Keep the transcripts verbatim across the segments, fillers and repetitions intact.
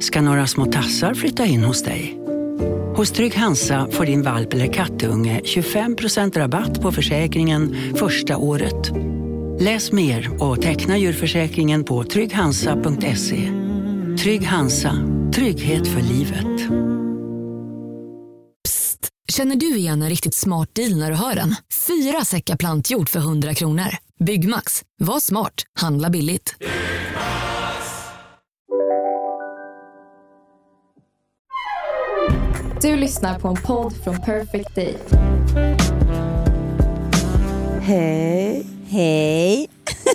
Ska några små tassar flytta in hos dig? Hos Trygg Hansa får din valp eller kattunge tjugofem procent rabatt på försäkringen första året. Läs mer och teckna djurförsäkringen på trygg hansa punkt se. Trygg Hansa, trygghet för livet. Psst, känner du igen en riktigt smart deal när du hör den? Fyra säckar plantjord för hundra kronor. Byggmax, var smart, handla billigt. Du lyssnar på en podd från Perfect Day. Hej. Hej.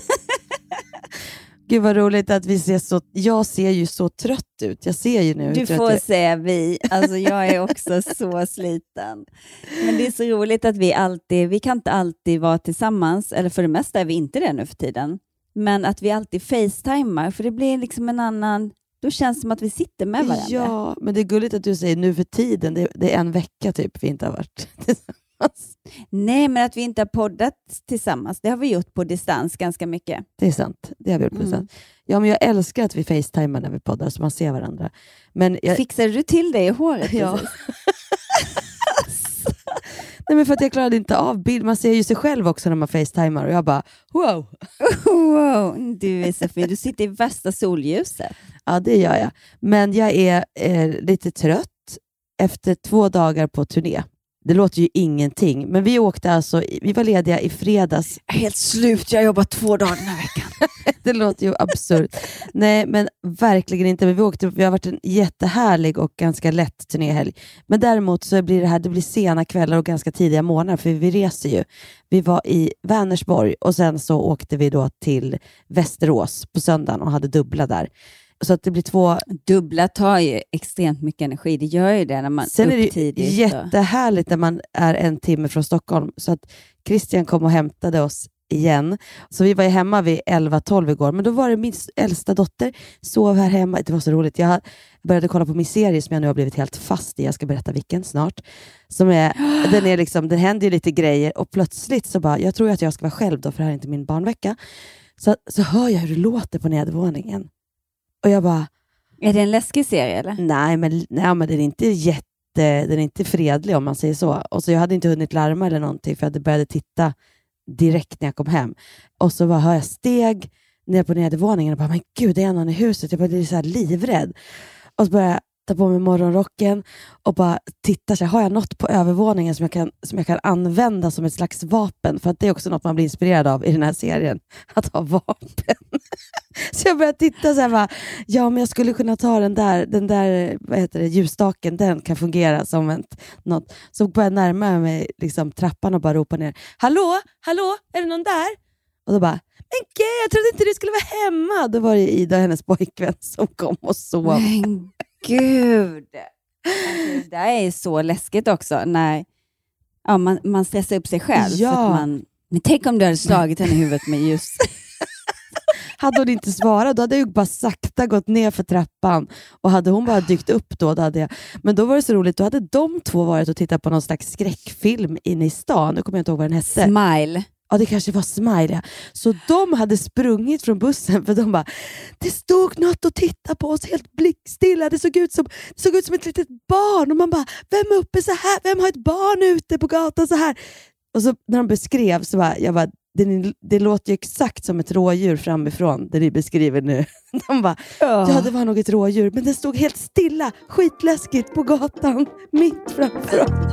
Gud vad roligt att vi ser så... Jag ser ju så trött ut. Jag ser ju nu. Du får jag... säga vi. Alltså jag är också så sliten. Men det är så roligt att vi alltid... Vi kan inte alltid vara tillsammans. Eller för det mesta är vi inte det nu för tiden. Men att vi alltid facetimar. För det blir liksom en annan... Då känns det som att vi sitter med varandra. Ja, men det är gulligt att du säger nu för tiden. Det, det är en vecka typ vi inte har varit tillsammans. Nej, men att vi inte har poddat tillsammans. Det har vi gjort på distans ganska mycket. Det är sant. Det har vi gjort på mm. distans. Ja, men jag älskar att vi facetimar när vi poddar så man ser varandra. Men jag... Fixar du till det i håret? Ja. Nej, men för att jag klarade inte av bild. Man ser ju sig själv också när man facetimar. Och jag bara, wow. Wow, du är så fin. Du sitter i värsta solljuset. Ja, det gör jag. Men jag är eh, lite trött efter två dagar på turné. Det låter ju ingenting. Men vi åkte alltså, vi var lediga i fredags. Helt slut, jag jobbar två dagar den här veckan. Det låter ju absurt. Nej, men verkligen inte. Men vi åkte, vi har varit en jättehärlig och ganska lätt turnéhelg. Men däremot så blir det här, det blir sena kvällar och ganska tidiga morgnar. För vi reser ju. Vi var i Vänersborg och sen så åkte vi då till Västerås på söndagen och hade dubbla där. Så att det blir två... Dubbla tar ju extremt mycket energi. Det gör ju det när man sen upp är det tidigt. Jättehärligt när man är en timme från Stockholm. Så att Christian kom och hämtade oss igen. Så vi var ju hemma vid elva tolv igår. Men då var det min äldsta dotter sov här hemma. Det var så roligt. Jag började kolla på min serie som jag nu har blivit helt fast i. Jag ska berätta vilken snart. Som är, den är liksom, den händer ju lite grejer. Och plötsligt så bara, jag tror att jag ska vara själv då. För det här är inte min barnvecka. Så, så hör jag hur det låter på nedervåningen. Och jag bara... Är det en läskig serie eller? Nej, men, nej, men den är inte jätte... Den är inte fredlig om man säger så. Och så jag hade inte hunnit larma eller någonting. För jag hade börjat titta direkt när jag kom hem. Och så bara hör jag steg ner på nedervåningen. Och bara, men gud, det är någon i huset. Jag blir så här livrädd. Och så började jag ta på mig morgonrocken. Och bara titta. Så här, har jag något på övervåningen som jag, kan, som jag kan använda som ett slags vapen? För att det är också något man blir inspirerad av i den här serien. Att ha vapen. Så jag började titta så här bara, ja men jag skulle kunna ta den där, den där vad heter det, ljusstaken, den kan fungera som ett, något. Så började jag närma mig liksom, trappan och bara ropa ner, hallå, hallå, är det någon där? Och då bara, men gud, jag trodde inte du skulle vara hemma. Då var det Ida och hennes pojkvän som kom och sov. Men gud, alltså, det där är så läskigt också när ja, man, man stressar upp sig själv. Ja. För att man, men tänk om du hade slagit henne i huvudet med ljus. Hade hon inte svarat, då hade jag bara sakta gått ner för trappan. Och hade hon bara dykt upp då, då hade jag... Men då var det så roligt, då hade de två varit och tittat på någon slags skräckfilm inne i stan. Nu kommer jag inte ihåg vad den hette. Smile. Ja, det kanske var Smile, ja. Så de hade sprungit från bussen för de bara, det stod något och tittade på oss helt blickstilla. Det såg ut som, det såg ut som ett litet barn. Och man bara, vem är uppe så här? Vem har ett barn ute på gatan så här? Och så när de beskrev så bara, jag bara, det, det låter ju exakt som ett rådjur framifrån det ni beskriver nu. De bara, oh. Ja det var nog ett rådjur. Men det stod helt stilla, skitläskigt på gatan, mitt framför oss.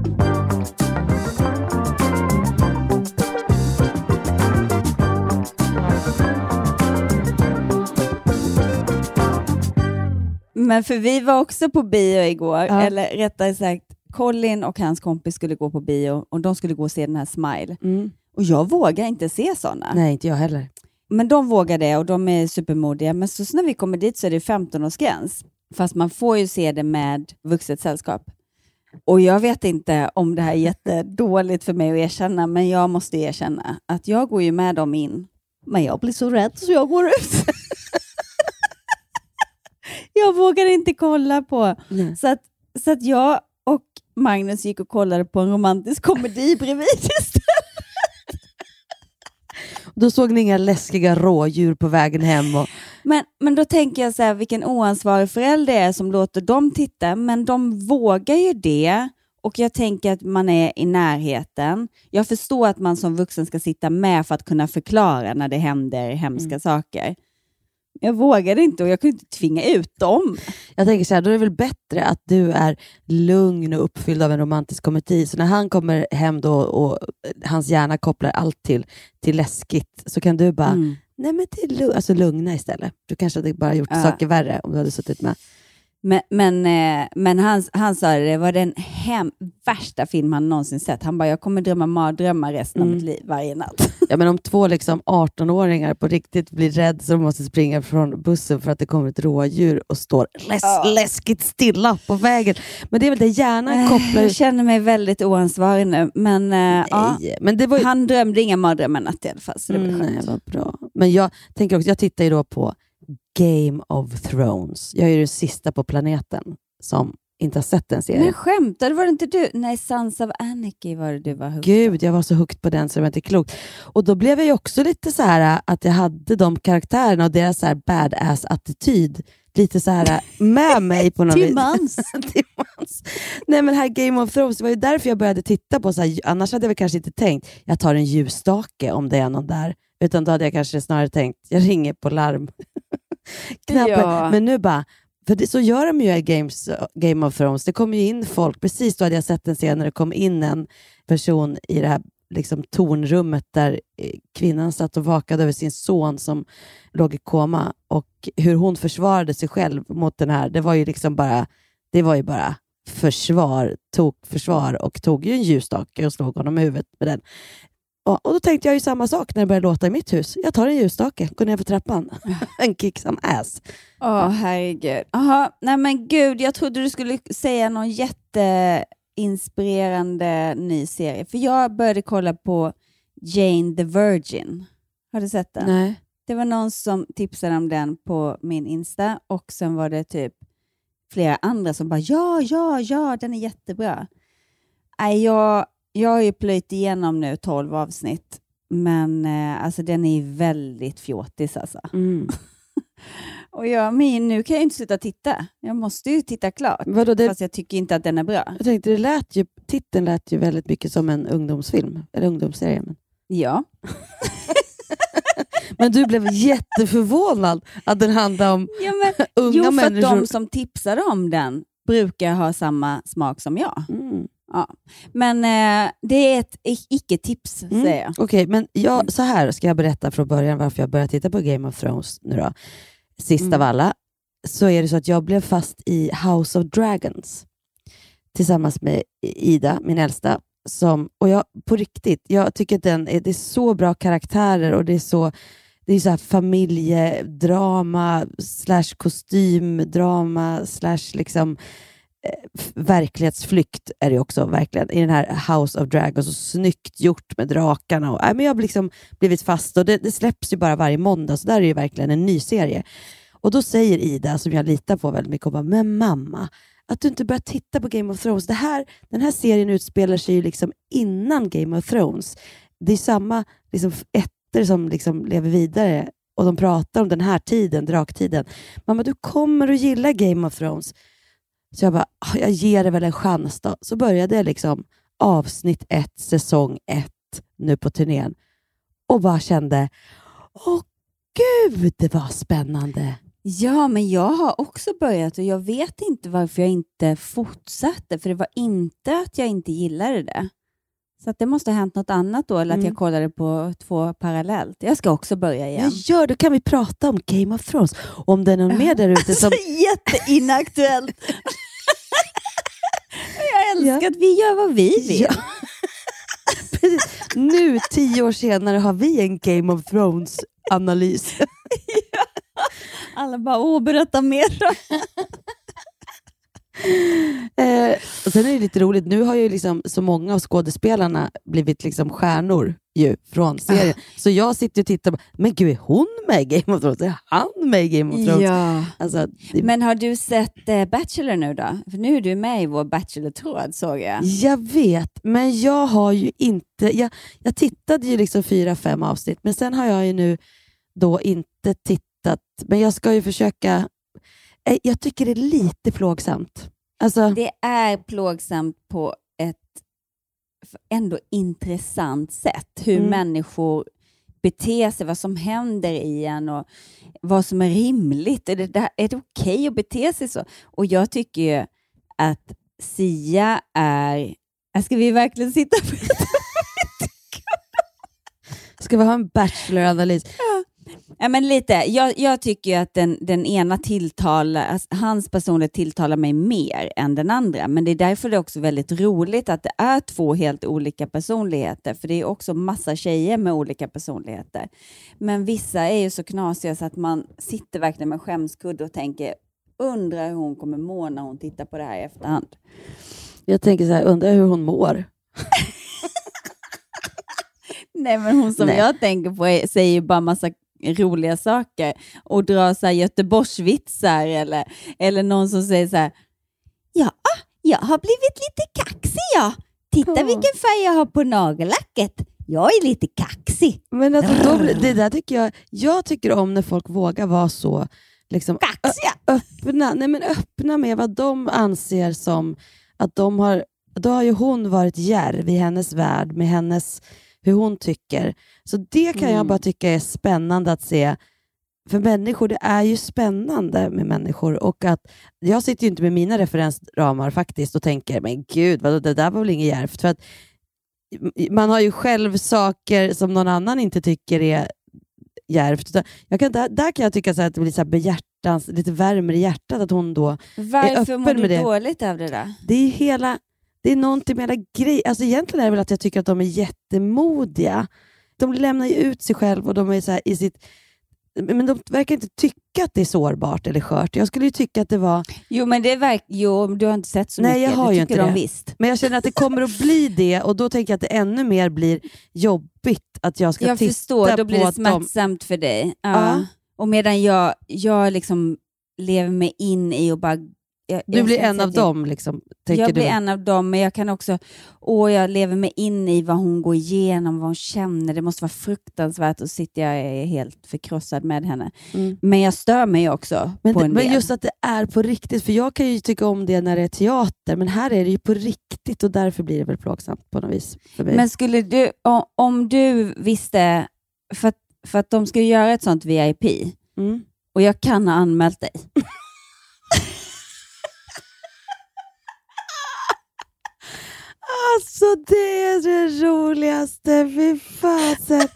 Men för vi var också på bio igår, ja. Eller rättare sagt, Colin och hans kompis skulle gå på bio och de skulle gå och se den här Smile. Mm. Och jag vågar inte se sådana. Nej, inte jag heller. Men de vågar det och de är supermodiga. Men så, så när vi kommer dit så är det femton-årsgräns. Fast man får ju se det med vuxet sällskap. Och jag vet inte om det här är jättedåligt för mig att erkänna. Men jag måste erkänna att jag går ju med dem in. Men jag blir så rädd så jag går ut. Jag vågar inte kolla på. Mm. Så, att, så att jag och Magnus gick och kollade på en romantisk komedi bredvid istället. Då såg ni inga läskiga rådjur på vägen hem. Och... Men, men då tänker jag så här, vilken oansvarig förälder är som låter dem titta, men de vågar ju det. Och jag tänker att man är i närheten. Jag förstår att man som vuxen ska sitta med för att kunna förklara när det händer hemska mm. saker. Jag vågade inte och jag kunde inte tvinga ut dem. Jag tänker så här, då är det väl bättre att du är lugn och uppfylld av en romantisk komedi. Så när han kommer hem då och hans hjärna kopplar allt till, till läskigt, så kan du bara, mm. nej men det är lugn, alltså lugna istället. Du kanske hade bara gjort ja. saker värre om du hade suttit med. Men, men, eh, men han, han sa det, det var den hem, värsta film han någonsin sett. Han bara, jag kommer drömma mardrömmar resten mm. av mitt liv varje natt. Ja, men om två liksom arton-åringar på riktigt blir rädd så de måste springa från bussen för att det kommer ett rådjur och står läs- ja. läskigt stilla på vägen. Men det är väl det hjärnan kopplar... Jag känner mig väldigt oansvarig nu. Men, eh, ja, men det var ju... han drömde inga mardrömmar natt i alla fall. Så det var mm, skönt. nej, vad bra. Men jag tänker också, jag tittar ju då på Game of Thrones. Jag är ju den sista på planeten som inte har sett den serien. Men skämtade, var det inte du? Nej, Sons of Anarchy var det du var hooked. Gud, jag var så hooked på den så det var inte klokt. Och då blev jag ju också lite så här att jag hade de karaktärerna och deras så här badass-attityd lite så här med mig på något vis. Till mans. Till mans. Nej, men här Game of Thrones, det var ju därför jag började titta på så här, annars hade jag väl kanske inte tänkt jag tar en ljusstake om det är någon där. Utan då hade jag kanske snarare tänkt jag ringer på larm. Ja. Men nu bara, för det, så gör de ju i Games, Game of Thrones. Det kommer ju in folk, precis då hade jag sett en scen när det kom in en person i det här liksom, tornrummet där kvinnan satt och vakade över sin son som låg i koma, och hur hon försvarade sig själv mot den här, det var ju liksom bara det var ju bara försvar, tog försvar och tog ju en ljusstake och slog honom i huvudet med den. Och då tänkte jag ju samma sak när det började låta i mitt hus. Jag tar en ljusstake, går ner för trappan. En kick some ass. Åh, oh, herregud. Aha, nej men gud, jag trodde du skulle säga någon jätteinspirerande ny serie. För jag började kolla på Jane the Virgin. Har du sett den? Nej. Det var någon som tipsade om den på min Insta. Och sen var det typ flera andra som bara, ja, ja, ja, den är jättebra. Nej, jag... Jag har ju plöjt igenom nu tolv avsnitt. Men eh, alltså den är väldigt fjåtis alltså. Mm. Och jag, men nu kan jag inte sluta titta. Jag måste ju titta klart. Vadå, det... Fast jag tycker inte att den är bra. Jag tänkte, det lät ju, titeln lät ju väldigt mycket som en ungdomsfilm. Eller ungdomsserie. Men... Ja. Men du blev jätteförvånad att den handlar om ja, men, unga jo, människor. Jo, för de som tipsade om den brukar ha samma smak som jag. Mm. Ja. Men eh, det är ett icke-tips, mm. säger jag. Okej, okay, men jag, så här ska jag berätta från början varför jag började titta på Game of Thrones nu då. Sista mm. av alla. Så är det så att jag blev fast i House of Dragons. Tillsammans med Ida, min äldsta. Som, och jag, på riktigt, jag tycker att den är, det är så bra karaktärer och det är så, det är så här familjedrama slash kostymdrama slash liksom verklighetsflykt är det också verkligen i den här House of Dragons, så snyggt gjort med drakarna och, äh, men jag har liksom blivit fast och det, det släpps ju bara varje måndag, så där är det ju verkligen en ny serie. Och då säger Ida, som jag litar på väldigt mycket, och bara, men mamma, att du inte börjar titta på Game of Thrones, det här, den här serien utspelar sig ju liksom innan Game of Thrones. Det är samma liksom ätter som liksom lever vidare och de pratar om den här tiden, draktiden. Mamma, du kommer att gilla Game of Thrones. Så jag bara, jag ger det väl en chans då. Så började jag liksom avsnitt ett, säsong ett, nu på turnén. Och bara kände, åh gud, det var spännande. Ja, men jag har också börjat och jag vet inte varför jag inte fortsatte. För det var inte att jag inte gillade det. Så att det måste ha hänt något annat då, eller att mm. jag kollade på två parallellt. Jag ska också börja igen. Ja, gör, då kan vi prata om Game of Thrones. Om det är någon mer där ute som... Jätteinaktuellt. Jag älskar ja. att vi gör vad vi vill. Ja. Precis. Nu, tio år senare, har vi en Game of Thrones-analys. Ja. Alla bara, åh, berätta mer. eh, och sen är det lite roligt, nu har ju liksom så många av skådespelarna blivit liksom stjärnor ju från serien. Uh. Så jag sitter och tittar på, men gud, är hon med i Game of Thrones? Är han med i Game of Thrones? Ja. Alltså, det... Men har du sett eh, Bachelor nu då? För nu är du med i vår Bachelor-tråd, såg jag. Jag vet, men jag har ju inte, jag, jag tittade ju liksom fyra, fem avsnitt, men sen har jag ju nu då inte tittat att, men jag ska ju försöka, jag tycker det är lite plågsamt. Alltså, det är plågsamt på ett ändå intressant sätt. Hur mm. människor beter sig, vad som händer i en och vad som är rimligt. Är det, där, är det okej att bete sig så? Och jag tycker ju att Sia är... Ska vi verkligen sitta på det? Ska vi ha en bacheloranalys? Ja. Ja, men lite. Jag, jag tycker ju att den, den ena tilltalar, alltså, hans personlighet tilltalar mig mer än den andra. Men det är därför det är också väldigt roligt att det är två helt olika personligheter. För det är också massa tjejer med olika personligheter. Men vissa är ju så knasiga så att man sitter verkligen med skämskudde och tänker, undrar hur hon kommer må när hon tittar på det här i efterhand. Jag tänker så här, undrar hur hon mår. Nej, men hon som Nej. jag tänker på är, säger ju bara massa roliga saker och drar så här Göteborgsvitsar eller, eller någon som säger så här, ja, jag har blivit lite kaxig jag. Titta oh. vilken färg jag har på nagellacket. Jag är lite kaxig. Men alltså, då, det där tycker jag, jag tycker om när folk vågar vara så liksom, kaxiga. Ö- öppna, nej men öppna med vad de anser som att de har, då har ju hon varit djärv i hennes värld med hennes hur hon tycker. Så det kan mm. jag bara tycka är spännande att se. För människor, det är ju spännande med människor. Och att jag sitter ju inte med mina referensramar faktiskt och tänker, men gud, vad, det där var väl inget djärvt. För att man har ju själv saker som någon annan inte tycker är djärvt. Jag kan, där, där kan jag tycka så att det blir så här behjärtans, lite värme i hjärtat att hon då Varför är öppen mår du med det. dåligt av det då? Det är hela... Det är någonting med hela grejen. Alltså egentligen är det väl att jag tycker att de är jättemodiga. De lämnar ju ut sig själv och de är så här i sitt... Men de verkar inte tycka att det är sårbart eller skört. Jag skulle ju tycka att det var... Jo, men det verkar... Jo, du har inte sett så Nej, mycket. Jag har det ju inte de det. Visst. Men jag känner att det kommer att bli det och då tänker jag att det ännu mer blir jobbigt att jag ska jag titta förstår, på Jag förstår, då blir det de... smärtsamt för dig. Ja. Ja. Och medan jag, jag liksom lever mig in i och bara... Jag, du jag blir en av jag, dem liksom, tänker jag blir du? en av dem, men jag kan också åh, jag lever mig in i vad hon går igenom, vad hon känner. Det måste vara fruktansvärt och sitter jag är helt förkrossad med henne. Mm. Men jag stör mig också men på det, en del. Men just att det är på riktigt, för jag kan ju tycka om det när det är teater, men här är det ju på riktigt och därför blir det väl plågsamt på något vis för mig. Men skulle du, om, om du visste, för att, för att de ska göra ett sånt V I P mm. och jag kan ha anmält dig. Alltså det är det roligaste. Fy fasen.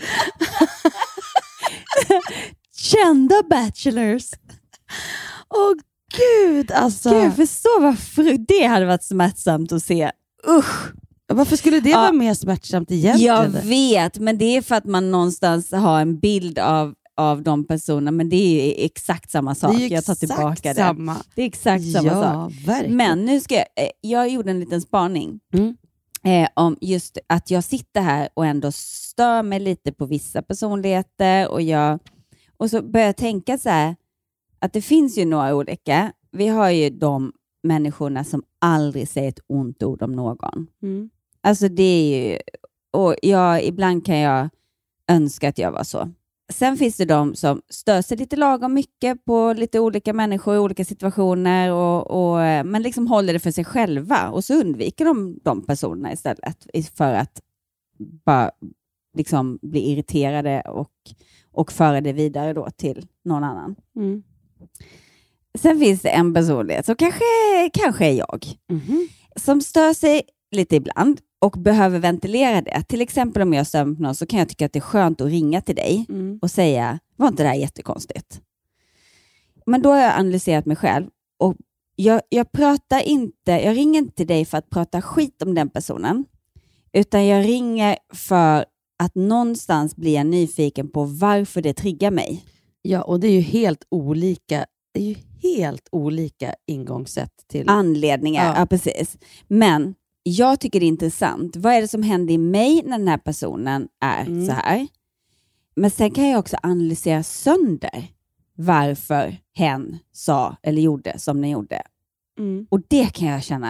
Kända bachelors. Åh gud alltså. Gud, förstå vad fru- det hade varit smärtsamt att se. Usch. Varför skulle det ja, vara mer smärtsamt egentligen? Jag vet, men det är för att man någonstans har en bild av av de personerna, men det är exakt samma sak. Det är jag tar tillbaka samma. det. Det är exakt samma ja, sak. Verkligen. Men nu ska jag, jag gjorde en liten spaning mm. eh, om just att jag sitter här och ändå stör mig lite på vissa personligheter och jag och så börjar jag tänka så här att det finns ju några olika. Vi har ju de människorna som aldrig säger ett ont ord om någon. Mm. Alltså det är ju, och jag, ibland kan jag önska att jag var så. Sen finns det de som stör sig lite lagom mycket på lite olika människor i olika situationer och, och, men liksom håller det för sig själva och så undviker de de personerna istället för att bara liksom bli irriterade och, och föra det vidare då till någon annan. Mm. Sen finns det en personlighet som kanske, kanske är jag mm-hmm. som stör sig lite ibland och behöver ventilera det. Till exempel om jag stör mig på någon så kan jag tycka att det är skönt att ringa till dig mm. och säga, var inte det här jättekonstigt? Men då har jag analyserat mig själv och jag, jag pratar inte, jag ringer inte till dig för att prata skit om den personen, utan jag ringer för att någonstans bli jag nyfiken på varför det triggar mig. Ja, och det är ju helt olika, det är ju helt olika ingångssätt till anledningar. Ja, ja precis. Men jag tycker det är intressant. Vad är det som händer i mig när den här personen är mm. så här? Men sen kan jag också analysera sönder varför hen sa eller gjorde som den gjorde. Mm. Och det kan jag känna,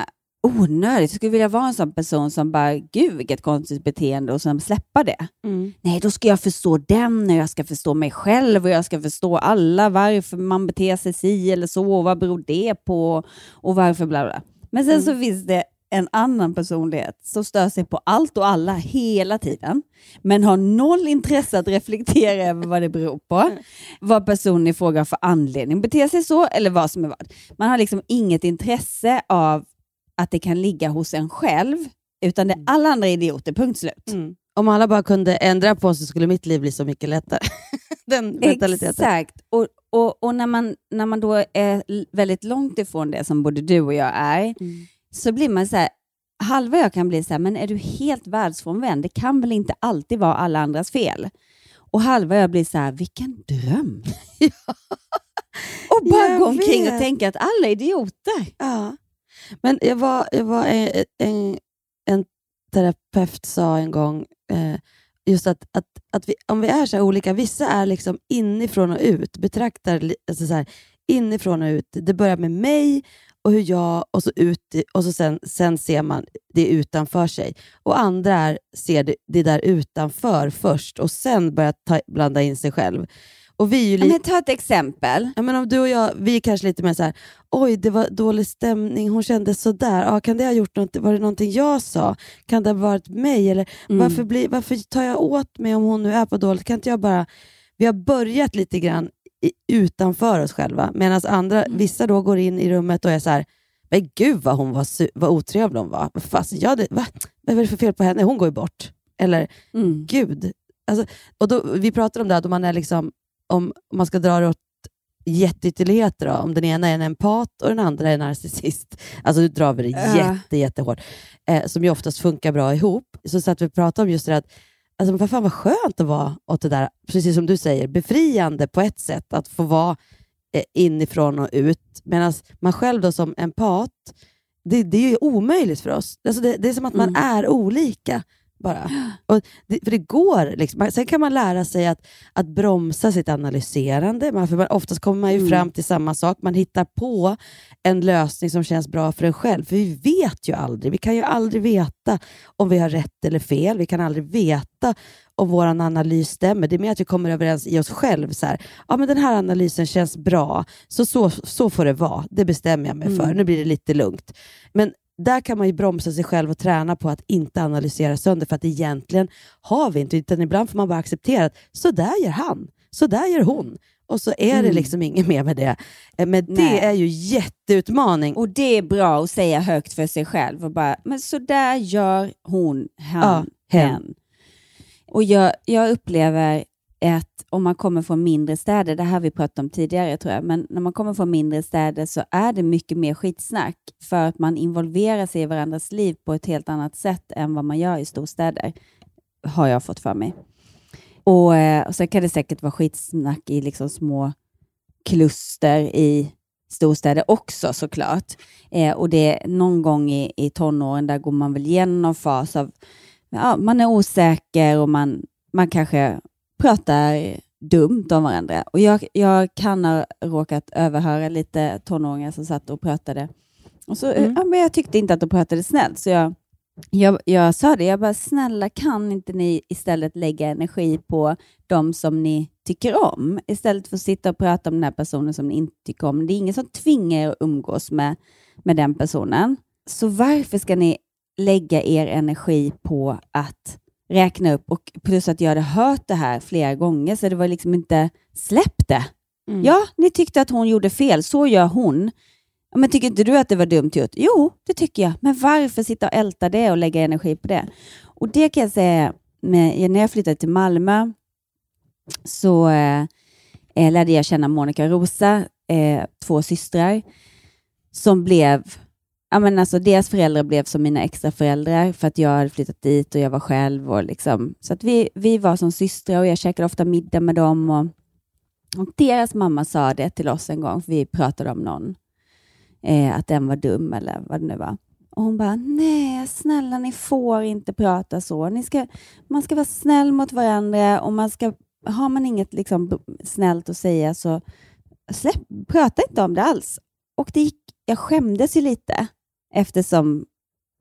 onödigt. Jag skulle vilja vara en sån person som bara, gud vilket konstigt beteende, och sen släppa det. Mm. Nej, då ska jag förstå den, och jag ska förstå mig själv, och jag ska förstå alla, varför man beter sig si eller så, och vad beror det på, och varför bla bla. Men sen mm. så finns det en annan personlighet som stör sig på allt och alla hela tiden, men har noll intresse att reflektera över vad det beror på, mm. vad personen i fråga för anledning beter sig så, eller vad som är vad. Man har liksom inget intresse av att det kan ligga hos en själv, utan det är alla andra idioter, punkt slut. Mm. Om alla bara kunde ändra på så skulle mitt liv bli så mycket lättare. Den mentaliteten. Exakt. Och, och, och när, man, när man då är väldigt långt ifrån det som både du och jag är, mm. så blir man så här, halva jag kan bli så här, men är du helt världsfrånvänd? Det kan väl inte alltid vara alla andras fel? Och halva jag blir så här, vilken dröm. Ja. Och bara gå omkring och tänka att alla är idioter. Ja. Men jag var, jag var en, en, en terapeut sa en gång eh, just att, att, att vi, om vi är så här olika, vissa är liksom inifrån och ut, betraktar alltså så här, inifrån och ut. Det börjar med mig och hur jag, och så ut, och så sen, sen ser man det utanför sig. Och andra är, ser det, det där utanför först och sen börjar ta, blanda in sig själv. Och vi är ju li- men ta ett exempel. Ja, men om du och jag, vi är kanske lite mer så här, oj det var dålig stämning, hon kände sådär, ja, kan det ha gjort något, var det någonting jag sa? Kan det ha varit mig? Eller mm. varför, bli, varför tar jag åt mig om hon nu är på dåligt? Kan inte jag bara, vi har börjat lite grann i, utanför oss själva, medan andra, mm. vissa då går in i rummet och är så här, men gud vad hon var, su- vad otrevlig hon var. Fast jag hade, va? Vad är det för fel på henne? Hon går ju bort. Eller, mm. gud. Alltså, och då, vi pratar om det att om man är liksom, om man ska dra det åt jätteytterligheter då, om den ena är en empat och den andra är en narcissist. Alltså nu drar vi det uh. jätte, jättehårt. Eh, som ju oftast funkar bra ihop. Så satt vi pratade om just det att alltså, vad fan vad skönt att vara åt det där, precis som du säger, befriande på ett sätt att få vara eh, inifrån och ut. Medan man själv då som empat, det, det är ju omöjligt för oss. Alltså det, det är som att man mm. är olika. Bara. Och det, för det går liksom. Sen kan man lära sig att, att bromsa sitt analyserande. Man, för man, oftast kommer man ju mm. fram till samma sak. Man hittar på en lösning som känns bra för en själv. För vi vet ju aldrig. Vi kan ju aldrig veta om vi har rätt eller fel. Vi kan aldrig veta om vår analys stämmer. Det är mer att vi kommer överens i oss själv. Så här, ja, men den här analysen känns bra. Så, så, så får det vara. Det bestämmer jag mig för. Mm. Nu blir det lite lugnt. Men där kan man ju bromsa sig själv och träna på att inte analysera sönder, för att egentligen har vi inte, utan ibland får man bara acceptera att så där gör han, så där gör hon, och så är mm. det liksom inget mer med det. Men det Nej. är ju jätteutmaning. Och det är bra att säga högt för sig själv och bara, men så där gör hon, han, ja, hen. Och jag, jag upplever att om man kommer från mindre städer, det här har vi pratat om tidigare tror jag, men när man kommer från mindre städer så är det mycket mer skitsnack, för att man involverar sig i varandras liv på ett helt annat sätt än vad man gör i storstäder, har jag fått för mig. Och, och så kan det säkert vara skitsnack i liksom små kluster i storstäder också såklart. Eh, och det är någon gång i, i tonåren, där går man väl igenom någon fas av, ja, man är osäker och man, man kanske pratar dumt om varandra. Och jag, jag kan ha råkat överhöra lite tonåringar som satt och pratade. Och så, mm. ja, men jag tyckte inte att de pratade snällt. Så jag, jag, jag sa det. Jag bara, snälla, kan inte ni istället lägga energi på de som ni tycker om? Istället för att sitta och prata om den här personen som ni inte tycker om. Det är ingen som tvingar er att umgås med, med den personen. Så varför ska ni lägga er energi på att räkna upp, och plus att jag hade hört det här flera gånger, så det var liksom inte, släpp det. Mm. Ja, ni tyckte att hon gjorde fel, så gör hon. Men tycker inte du att det var dumt gjort? Jo, det tycker jag. Men varför sitta och älta det och lägga energi på det? Och det kan jag säga, med, när jag flyttade till Malmö så eh, lärde jag känna Monica och Rosa, eh, två systrar som blev, ja, men alltså deras föräldrar blev som mina extra föräldrar, för att jag hade flyttat dit och jag var själv. Och liksom, så att vi, vi var som systrar och jag käkade ofta middag med dem. Och, och deras mamma sa det till oss en gång, för vi pratade om någon. Eh, att den var dum eller vad det nu var. Och hon bara, nej snälla, ni får inte prata så. Ni ska, man ska vara snäll mot varandra, och man ska, har man inget liksom snällt att säga så släpp, prata inte om det alls. Och det gick, jag skämdes ju lite, eftersom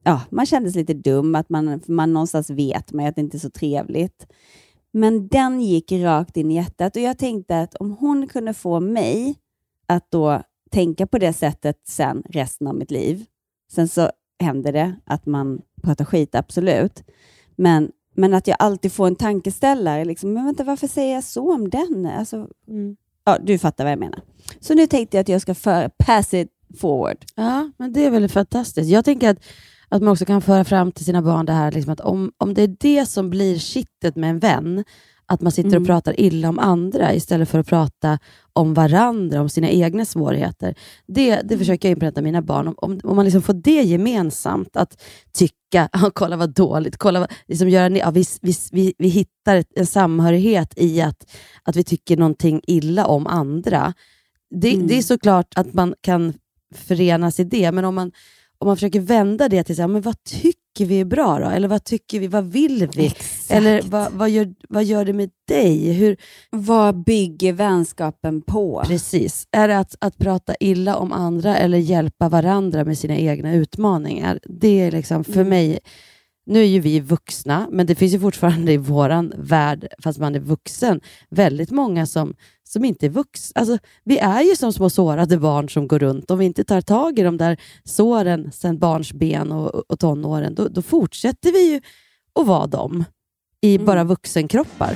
ja, man kändes lite dum, att man, man någonstans vet mig att det inte är så trevligt. Men den gick rakt in i hjärtat och jag tänkte att om hon kunde få mig att då tänka på det sättet sen resten av mitt liv. Sen så händer det att man pratar skit, absolut. Men, men att jag alltid får en tankeställare. Liksom, men vänta, varför säger jag så om den? Alltså, mm. Ja, du fattar vad jag menar. Så nu tänkte jag att jag ska för, pass it forward. Ja, men det är väldigt fantastiskt. Jag tänker att, att man också kan föra fram till sina barn det här, liksom att om, om det är det som blir kittet med en vän, att man sitter mm. och pratar illa om andra istället för att prata om varandra, om sina egna svårigheter. Det, det försöker jag inpränta mina barn. Om, om, om man liksom får det gemensamt, att tycka, oh, kolla vad dåligt, kolla vad, liksom göra, ja, vi, vi, vi, vi hittar en samhörighet i att, att vi tycker någonting illa om andra. Det, mm. det är såklart att man kan förenas i det, men om man Om man försöker vända det till så här, men vad tycker vi är bra då? Eller vad tycker vi, vad vill vi? Exakt. Eller vad, vad, gör, vad gör det med dig? Hur, vad bygger vänskapen på? Precis. Är det att, att prata illa om andra eller hjälpa varandra med sina egna utmaningar? Det är liksom för mm. mig, nu är ju vi vuxna, men det finns ju fortfarande i våran värld, fast man är vuxen, väldigt många som, som inte är vuxna. Alltså, vi är ju som små sårade barn som går runt. Om vi inte tar tag i de där såren sen barns ben och, och tonåren, då, då fortsätter vi ju att vara dem i mm. bara vuxenkroppar.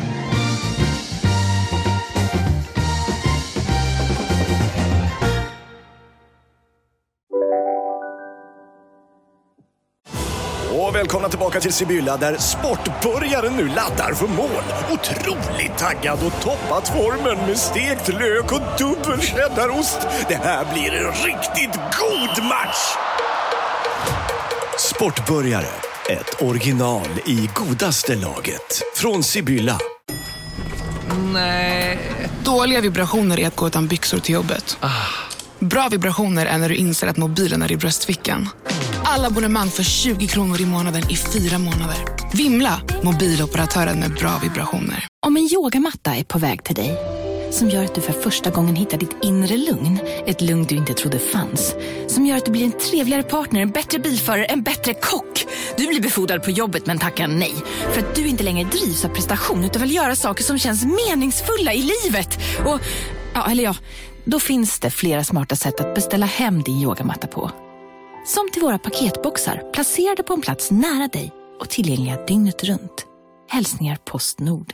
Och välkomna tillbaka till Sibylla där sportbörjaren nu laddar för mål. Otroligt taggad och toppat formen med stekt lök och dubbel cheddarost. Det här blir en riktigt god match! Sportbörjare, ett original i godaste laget. Från Sibylla. Nej. Dåliga vibrationer är att gå utan byxor till jobbet. Ah. Bra vibrationer är när du inser att mobilen är i bröstfickan. Alla abonnemang för tjugo kronor i månaden i fyra månader. Vimla, mobiloperatören med bra vibrationer. Om en yogamatta är på väg till dig, som gör att du för första gången hittar ditt inre lugn, ett lugn du inte trodde fanns, som gör att du blir en trevligare partner, en bättre bilförare, en bättre kock. Du blir befordrad på jobbet men tackar nej, för att du inte längre drivs av prestation utan vill göra saker som känns meningsfulla i livet. Och, ja, eller ja, då finns det flera smarta sätt att beställa hem din yogamatta på. Som till våra paketboxar, placerade på en plats nära dig och tillgängliga dygnet runt. Hälsningar Postnord.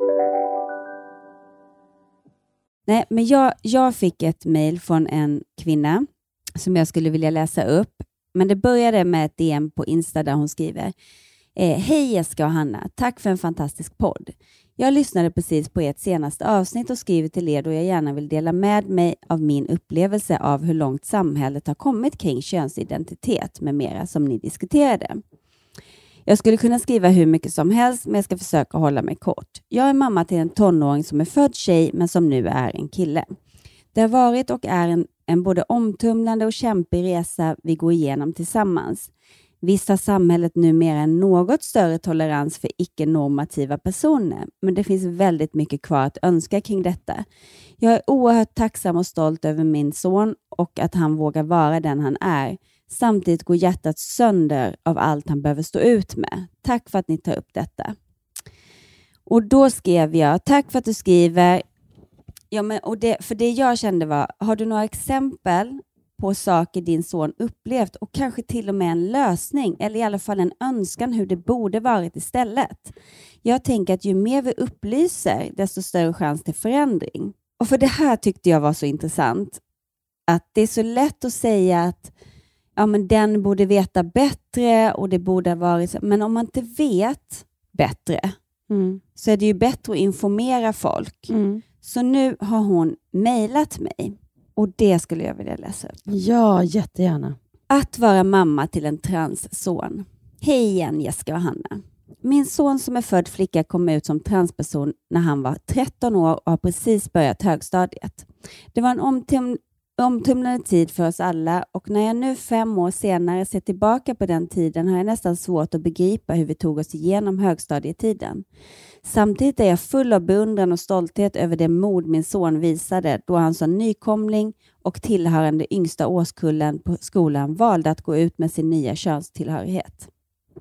Nej, men jag, jag fick ett mejl från en kvinna som jag skulle vilja läsa upp. Men det började med ett D M på Insta där hon skriver: eh, Hej Jessica och Hanna, tack för en fantastisk podd. Jag lyssnade precis på ert senaste avsnitt och skriver till er då jag gärna vill dela med mig av min upplevelse av hur långt samhället har kommit kring könsidentitet med mera som ni diskuterade. Jag skulle kunna skriva hur mycket som helst, men jag ska försöka hålla mig kort. Jag är mamma till en tonåring som är född tjej men som nu är en kille. Det har varit och är en, en både omtumlande och kämpig resa vi går igenom tillsammans. Visst har samhället numera en något större tolerans för icke-normativa personer, men det finns väldigt mycket kvar att önska kring detta. Jag är oerhört tacksam och stolt över min son och att han vågar vara den han är. Samtidigt går hjärtat sönder av allt han behöver stå ut med. Tack för att ni tar upp detta. Och då skrev jag, tack för att du skriver. Ja, men, och det, för det jag kände var, har du några exempel på saker din son upplevt och kanske till och med en lösning eller i alla fall en önskan hur det borde varit istället? Jag tänker att ju mer vi upplyser desto större chans till förändring. Och för det här tyckte jag var så intressant, att det är så lätt att säga att ja, men den borde veta bättre och det borde ha varit så. Men om man inte vet bättre mm. så är det ju bättre att informera folk. Mm. Så nu har hon mejlat mig. Och det skulle jag vilja läsa upp. Ja, jättegärna. Att vara mamma till en transson. Hej igen Jessica och Hanna. Min son som är född flicka kom ut som transperson när han var tretton år och har precis börjat högstadiet. Det var en omtum- omtumlande tid för oss alla och när jag nu fem år senare ser tillbaka på den tiden har jag nästan svårt att begripa hur vi tog oss igenom högstadietiden. Samtidigt är jag full av beundran och stolthet över det mod min son visade då han som nykomling och tillhörande yngsta årskullen på skolan valde att gå ut med sin nya könstillhörighet.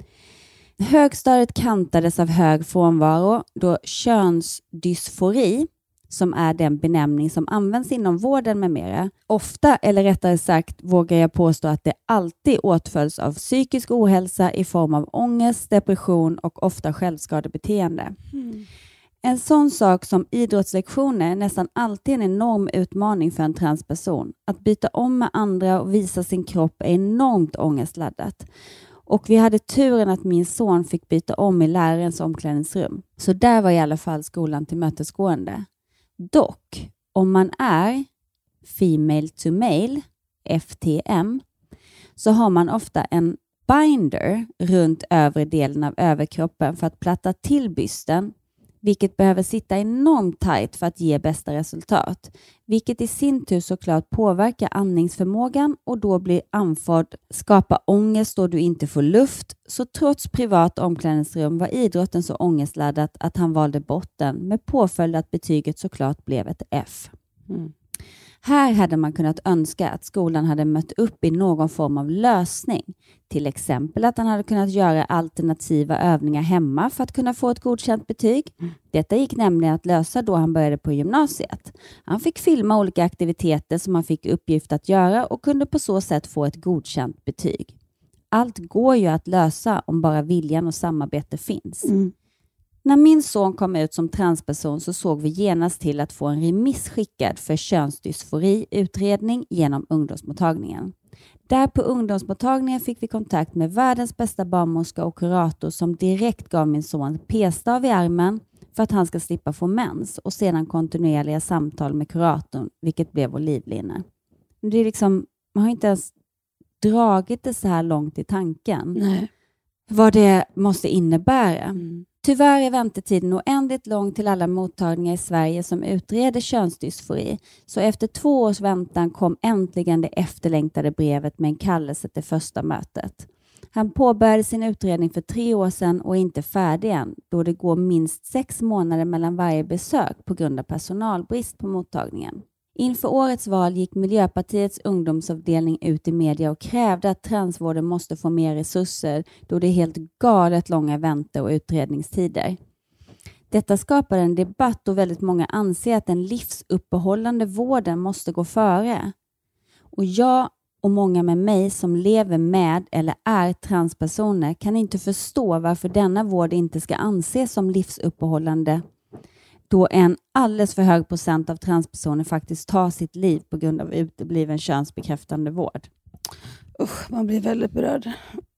Högstadiet kantades av hög frånvaro då könsdysfori, som är den benämning som används inom vården med mera, ofta, eller rättare sagt vågar jag påstå att det alltid åtföljs av psykisk ohälsa i form av ångest, depression och ofta självskadebeteende. Mm. En sån sak som idrottslektioner är nästan alltid en enorm utmaning för en transperson. Att byta om med andra och visa sin kropp är enormt ångestladdat. Och vi hade turen att min son fick byta om i lärarens omklädningsrum. Så där var i alla fall skolan tillmötesgående. Dock, om man är female to male, F T M, så har man ofta en binder runt övre delen av överkroppen för att platta till bysten, vilket behöver sitta enormt tajt för att ge bästa resultat. Vilket i sin tur såklart påverkar andningsförmågan och då blir andfådd, skapa ångest då du inte får luft. Så trots privat omklädningsrum var idrotten så ångestladdat att han valde bort den, med påföljd att betyget såklart blev ett F. Mm. Här hade man kunnat önska att skolan hade mött upp i någon form av lösning. Till exempel att han hade kunnat göra alternativa övningar hemma för att kunna få ett godkänt betyg. Detta gick nämligen att lösa då han började på gymnasiet. Han fick filma olika aktiviteter som han fick uppgift att göra och kunde på så sätt få ett godkänt betyg. Allt går ju att lösa om bara viljan och samarbete finns. Mm. När min son kom ut som transperson så såg vi genast till att få en remiss skickad för könsdysfori-utredning genom ungdomsmottagningen. Där på ungdomsmottagningen fick vi kontakt med världens bästa barnmorska och kurator som direkt gav min son p-stav i armen för att han ska slippa få mens och sedan kontinuerliga samtal med kuratorn, vilket blev vår livlina. Det är liksom, man har inte ens dragit det så här långt i tanken. Nej. Vad det måste innebära. Mm. Tyvärr är väntetiden oändligt lång till alla mottagningar i Sverige som utreder könsdysfori. Så efter två års väntan kom äntligen det efterlängtade brevet med en kallelse till första mötet. Han påbörjade sin utredning för tre år sedan och är inte färdig än, då det går minst sex månader mellan varje besök på grund av personalbrist på mottagningen. Inför årets val gick Miljöpartiets ungdomsavdelning ut i media och krävde att transvården måste få mer resurser då det är helt galet långa vänte- och utredningstider. Detta skapar en debatt och väldigt många anser att den livsuppehållande vården måste gå före. Och jag och många med mig som lever med eller är transpersoner kan inte förstå varför denna vård inte ska anses som livsuppehållande, då en alldeles för hög procent av transpersoner faktiskt tar sitt liv på grund av utebliven könsbekräftande vård. Usch, man blir väldigt berörd.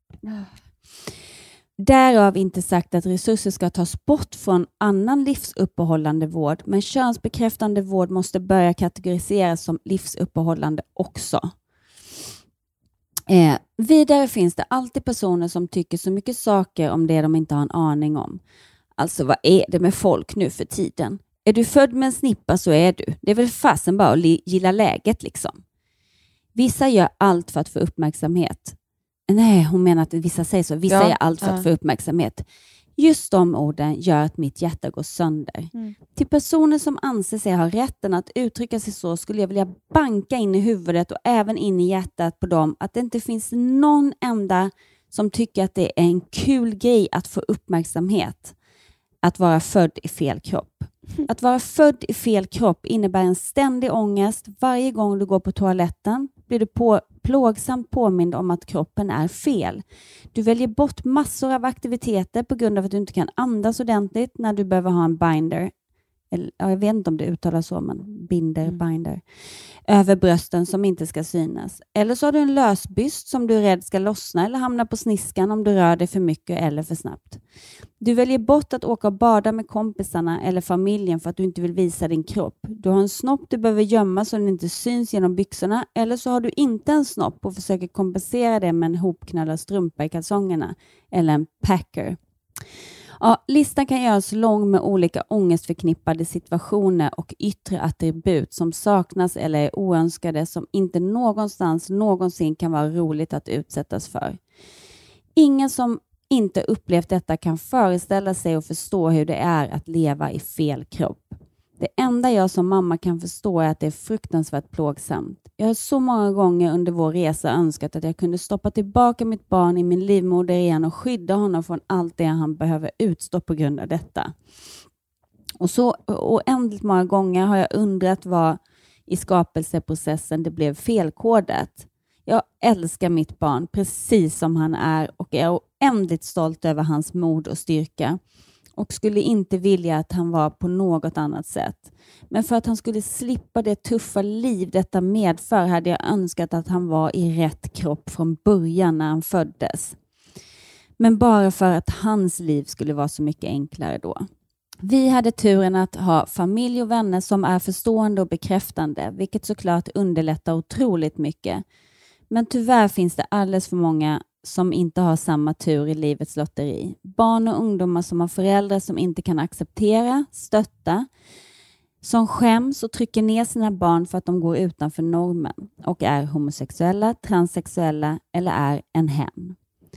Därav inte sagt att resurser ska tas bort från annan livsuppehållande vård, men könsbekräftande vård måste börja kategoriseras som livsuppehållande också. Eh, vidare finns det alltid personer som tycker så mycket saker om det de inte har en aning om. Alltså vad är det med folk nu för tiden? Är du född med en snippa så är du. Det är väl fasen bara att gilla läget liksom. Vissa gör allt för att få uppmärksamhet. Nej, hon menar att vissa säger så. Vissa ja, gör allt för ja. att få uppmärksamhet. Just de orden gör att mitt hjärta går sönder. Mm. Till personer som anser sig ha rätten att uttrycka sig så skulle jag vilja banka in i huvudet och även in i hjärtat på dem att det inte finns någon enda som tycker att det är en kul grej att få uppmärksamhet. Att vara född i fel kropp. Att vara född i fel kropp innebär en ständig ångest. Varje gång du går på toaletten blir du på, plågsamt påmind om att kroppen är fel. Du väljer bort massor av aktiviteter på grund av att du inte kan andas ordentligt när du behöver ha en binder. Eller, jag vet inte om det uttalas så, men binder, mm. binder. Över brösten som inte ska synas. Eller så har du en lösbyst som du är rädd ska lossna eller hamna på sniskan om du rör dig för mycket eller för snabbt. Du väljer bort att åka och bada med kompisarna eller familjen för att du inte vill visa din kropp. Du har en snopp du behöver gömma så den inte syns genom byxorna. Eller så har du inte en snopp och försöker kompensera det med en hopknallad strumpa i kalsongerna. Eller en packer. Ja, listan kan göras lång med olika ångestförknippade situationer och yttre attribut som saknas eller är oönskade som inte någonstans någonsin kan vara roligt att utsättas för. Ingen som inte upplevt detta kan föreställa sig och förstå hur det är att leva i fel kropp. Det enda jag som mamma kan förstå är att det är fruktansvärt plågsamt. Jag har så många gånger under vår resa önskat att jag kunde stoppa tillbaka mitt barn i min livmoder igen och skydda honom från allt det han behöver utstå på grund av detta. Och så oändligt många gånger har jag undrat vad i skapelseprocessen det blev felkodat. Jag älskar mitt barn precis som han är och är oändligt stolt över hans mod och styrka. Och skulle inte vilja att han var på något annat sätt. Men för att han skulle slippa det tuffa liv detta medför hade jag önskat att han var i rätt kropp från början när han föddes. Men bara för att hans liv skulle vara så mycket enklare då. Vi hade turen att ha familj och vänner som är förstående och bekräftande, vilket såklart underlättar otroligt mycket. Men tyvärr finns det alldeles för många som inte har samma tur i livets lotteri. Barn och ungdomar som har föräldrar som inte kan acceptera, stötta, som skäms och trycker ner sina barn för att de går utanför normen och är homosexuella, transsexuella eller är en hen.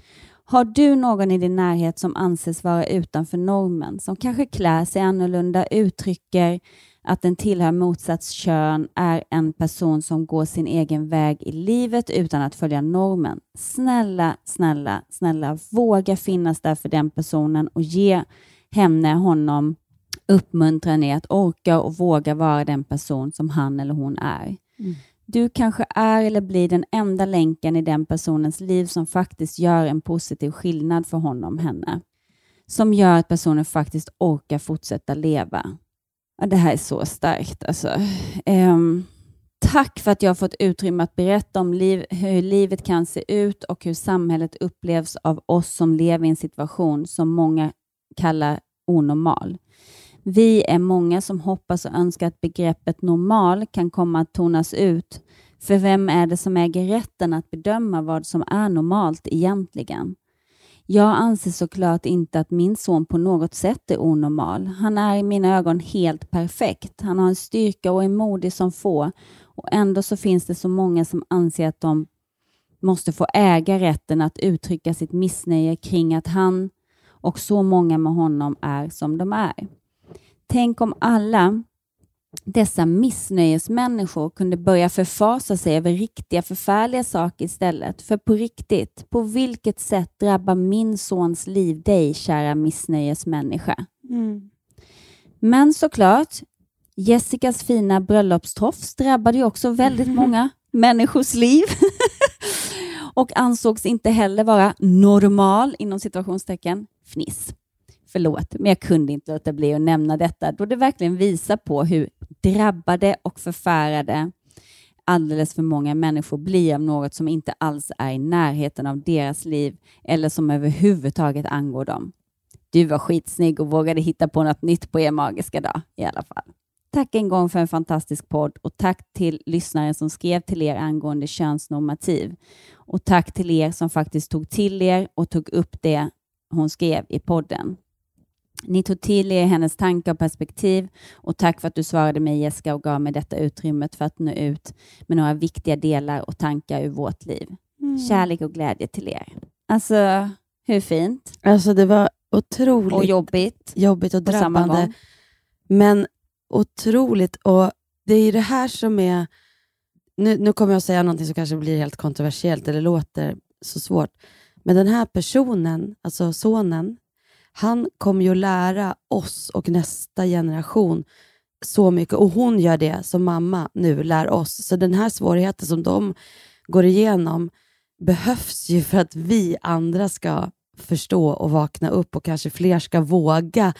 Har du någon i din närhet som anses vara utanför normen, som kanske klär sig annorlunda, uttrycker att den tillhör motsatt kön, är en person som går sin egen väg i livet utan att följa normen? Snälla, snälla, snälla, våga finnas där för den personen och ge henne, honom uppmuntran i att orka och våga vara den person som han eller hon är. Mm. Du kanske är eller blir den enda länken i den personens liv som faktiskt gör en positiv skillnad för honom, henne. Som gör att personen faktiskt orkar fortsätta leva. Ja, det här är så starkt. Alltså. Um, tack för att jag har fått utrymme att berätta om liv, hur livet kan se ut och hur samhället upplevs av oss som lever i en situation som många kallar onormal. Vi är många som hoppas och önskar att begreppet normal kan komma att tonas ut. För vem är det som äger rätten att bedöma vad som är normalt egentligen? Jag anser såklart inte att min son på något sätt är onormal. Han är i mina ögon helt perfekt. Han har en styrka och är modig som få. Och ändå så finns det så många som anser att de måste få äga rätten att uttrycka sitt missnöje kring att han och så många med honom är som de är. Tänk om alla dessa missnöjesmänniskor kunde börja förfasa sig över riktiga förfärliga saker istället. För på riktigt, på vilket sätt drabbar min sons liv dig, kära missnöjesmänniska? Mm. Men såklart, Jessicas fina bröllopstofs drabbade ju också väldigt många människors liv. Och ansågs inte heller vara normal inom situationstecken. Fniss. Förlåt, men jag kunde inte låta bli att nämna detta då det verkligen visar på hur drabbade och förfärade alldeles för många människor blir av något som inte alls är i närheten av deras liv eller som överhuvudtaget angår dem. Du var skitsnygg och vågade hitta på något nytt på er magiska dag i alla fall. Tack en gång för en fantastisk podd och tack till lyssnaren som skrev till er angående könsnormativ. Och tack till er som faktiskt tog till er och tog upp det hon skrev i podden. Ni tog till er hennes tankar och perspektiv och tack för att du svarade mig, Jessica, och gav mig detta utrymmet för att nå ut med några viktiga delar och tankar ur vårt liv. Mm. Kärlek och glädje till er. Alltså, hur fint? Alltså det var otroligt och jobbigt. Jobbigt och drabbande. Men otroligt, och det är det här som är, nu, nu kommer jag att säga någonting som kanske blir helt kontroversiellt eller låter så svårt. Men den här personen, alltså sonen, han kommer ju att lära oss och nästa generation så mycket. Och hon gör det som mamma nu lär oss. Så den här svårigheten som de går igenom behövs ju för att vi andra ska förstå och vakna upp. Och kanske fler ska våga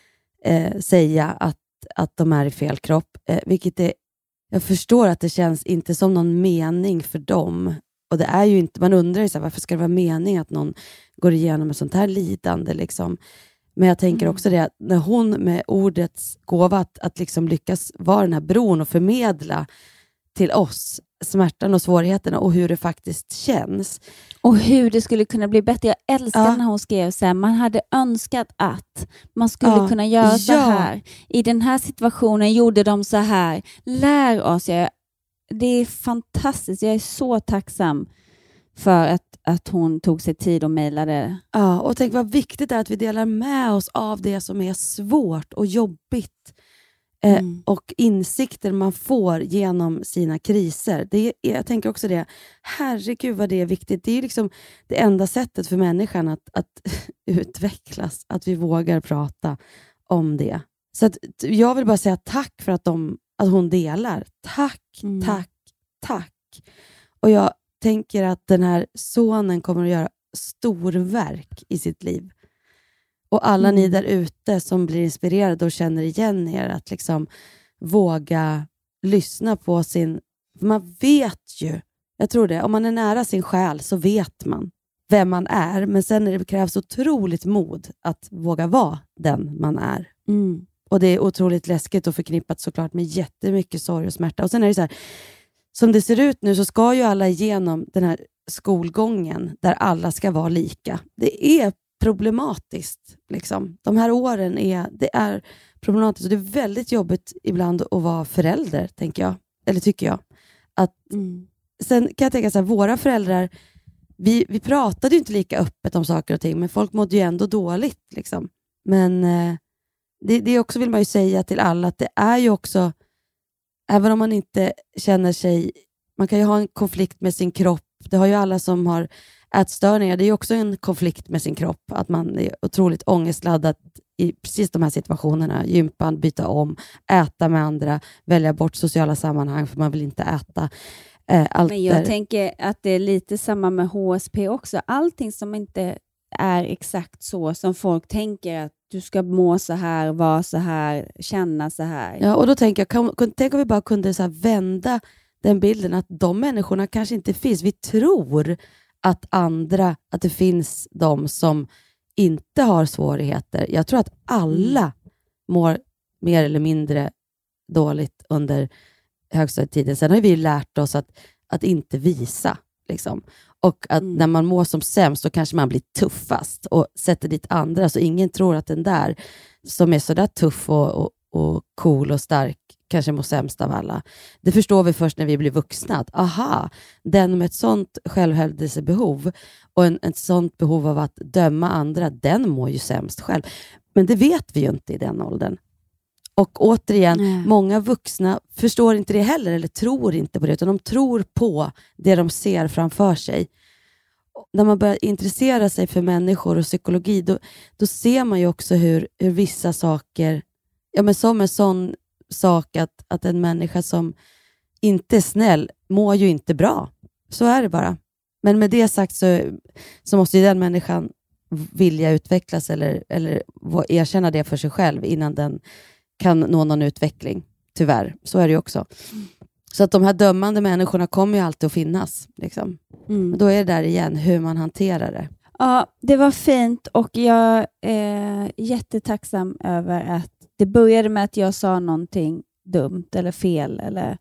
eh, säga att, att de är i fel kropp. Eh, vilket är, jag förstår att det känns inte som någon mening för dem. Och det är ju inte, man undrar ju så här, varför ska det vara mening att någon går igenom ett sånt här lidande liksom. Men jag tänker också det att när hon med ordets gåva att, att liksom lyckas vara den här bron och förmedla till oss smärtan och svårigheterna och hur det faktiskt känns. Och hur det skulle kunna bli bättre. Jag älskar ja. när hon skrev så här, man hade önskat att man skulle ja. kunna göra ja. så här. I den här situationen gjorde de så här. Lär oss. Jag, det är fantastiskt. Jag är så tacksam för att, att hon tog sig tid och mejlade. Ja, och tänk vad viktigt det är att vi delar med oss av det som är svårt och jobbigt. Eh, Mm. och insikter man får genom sina kriser. Det är, jag tänker också det, herregud vad det är viktigt. Det är liksom det enda sättet för människan att, att utvecklas. Att vi vågar prata om det. Så att, jag vill bara säga tack för att, de, att hon delar. Tack, Mm. tack, tack. Och jag tänker att den här sonen kommer att göra storverk i sitt liv. Och alla Mm. ni där ute som blir inspirerade och känner igen er, att liksom våga lyssna på sin... För man vet ju, jag tror det, om man är nära sin själ så vet man vem man är. Men sen är det krävs otroligt mod att våga vara den man är. Mm. Och det är otroligt läskigt och förknippat såklart med jättemycket sorg och smärta. Och sen är det så här, som det ser ut nu så ska ju alla igenom den här skolgången där alla ska vara lika. Det är problematiskt. Liksom. De här åren är, det är problematiskt och det är väldigt jobbigt ibland att vara förälder, tänker jag. Eller tycker jag. Att, Mm. sen kan jag tänka så här, våra föräldrar, vi, vi pratade ju inte lika öppet om saker och ting, men folk mådde ju ändå dåligt. Liksom. Men eh, det, det också vill man ju säga till alla, att det är ju också, även om man inte känner sig, man kan ju ha en konflikt med sin kropp. Det har ju alla som har ätstörningar, det är ju också en konflikt med sin kropp. Att man är otroligt ångestladdad i precis de här situationerna. Gympan, byta om, äta med andra, välja bort sociala sammanhang för man vill inte äta. Eh, allt Men jag där. tänker att det är lite samma med H S P också. Allting som inte är exakt så som folk tänker att du ska må så här, vara så här, känna så här. Ja, och då tänker jag, kan, kan, tänk om vi bara kunde så här vända den bilden att de människorna kanske inte finns. Vi tror att andra, att det finns de som inte har svårigheter. Jag tror att alla mår mer eller mindre dåligt under högstadietiden. Sen har vi lärt oss att, att inte visa. Liksom. Och att Mm. när man mår som sämst, då kanske man blir tuffast och sätter dit andra. Så ingen tror att den där som är så där tuff och, och, och cool och stark kanske mår sämst av alla. Det förstår vi först när vi blir vuxna. Att, aha, den med ett sånt självhävdelsebehov och en, ett sånt behov av att döma andra, den mår ju sämst själv. Men det vet vi ju inte i den åldern. Och återigen, Mm. många vuxna förstår inte det heller eller tror inte på det, utan de tror på det de ser framför sig. När man börjar intressera sig för människor och psykologi, då, då ser man ju också hur, hur vissa saker, ja men som en sån sak att, att en människa som inte är snäll mår ju inte bra. Så är det bara. Men med det sagt så, så måste ju den människan vilja utvecklas eller, eller erkänna det för sig själv innan den kan nå någon utveckling. Tyvärr, så är det ju också. Så att de här dömande människorna kommer ju alltid att finnas. Liksom. Mm. Men då är det där igen hur man hanterar det. Ja, det var fint och jag är jättetacksam över att det började med att jag sa någonting dumt eller fel eller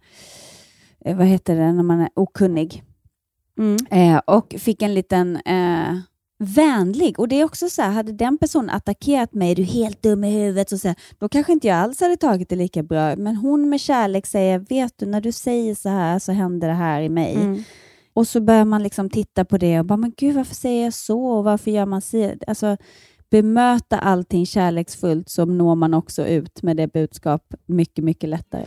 eh, vad heter det när man är okunnig. Mm. Eh, och fick en liten eh, vänlig. Och det är också så här, hade den personen attackerat mig, är du helt dum i huvudet, så, så här, då kanske inte jag alls hade tagit det lika bra. Men hon med kärlek säger, vet du, när du säger så här så händer det här i mig. Mm. Och så börjar man liksom titta på det och bara, men gud, varför säger jag så? Och varför gör man så? Alltså, bemöta allting kärleksfullt, så når man också ut med det budskap mycket, mycket lättare.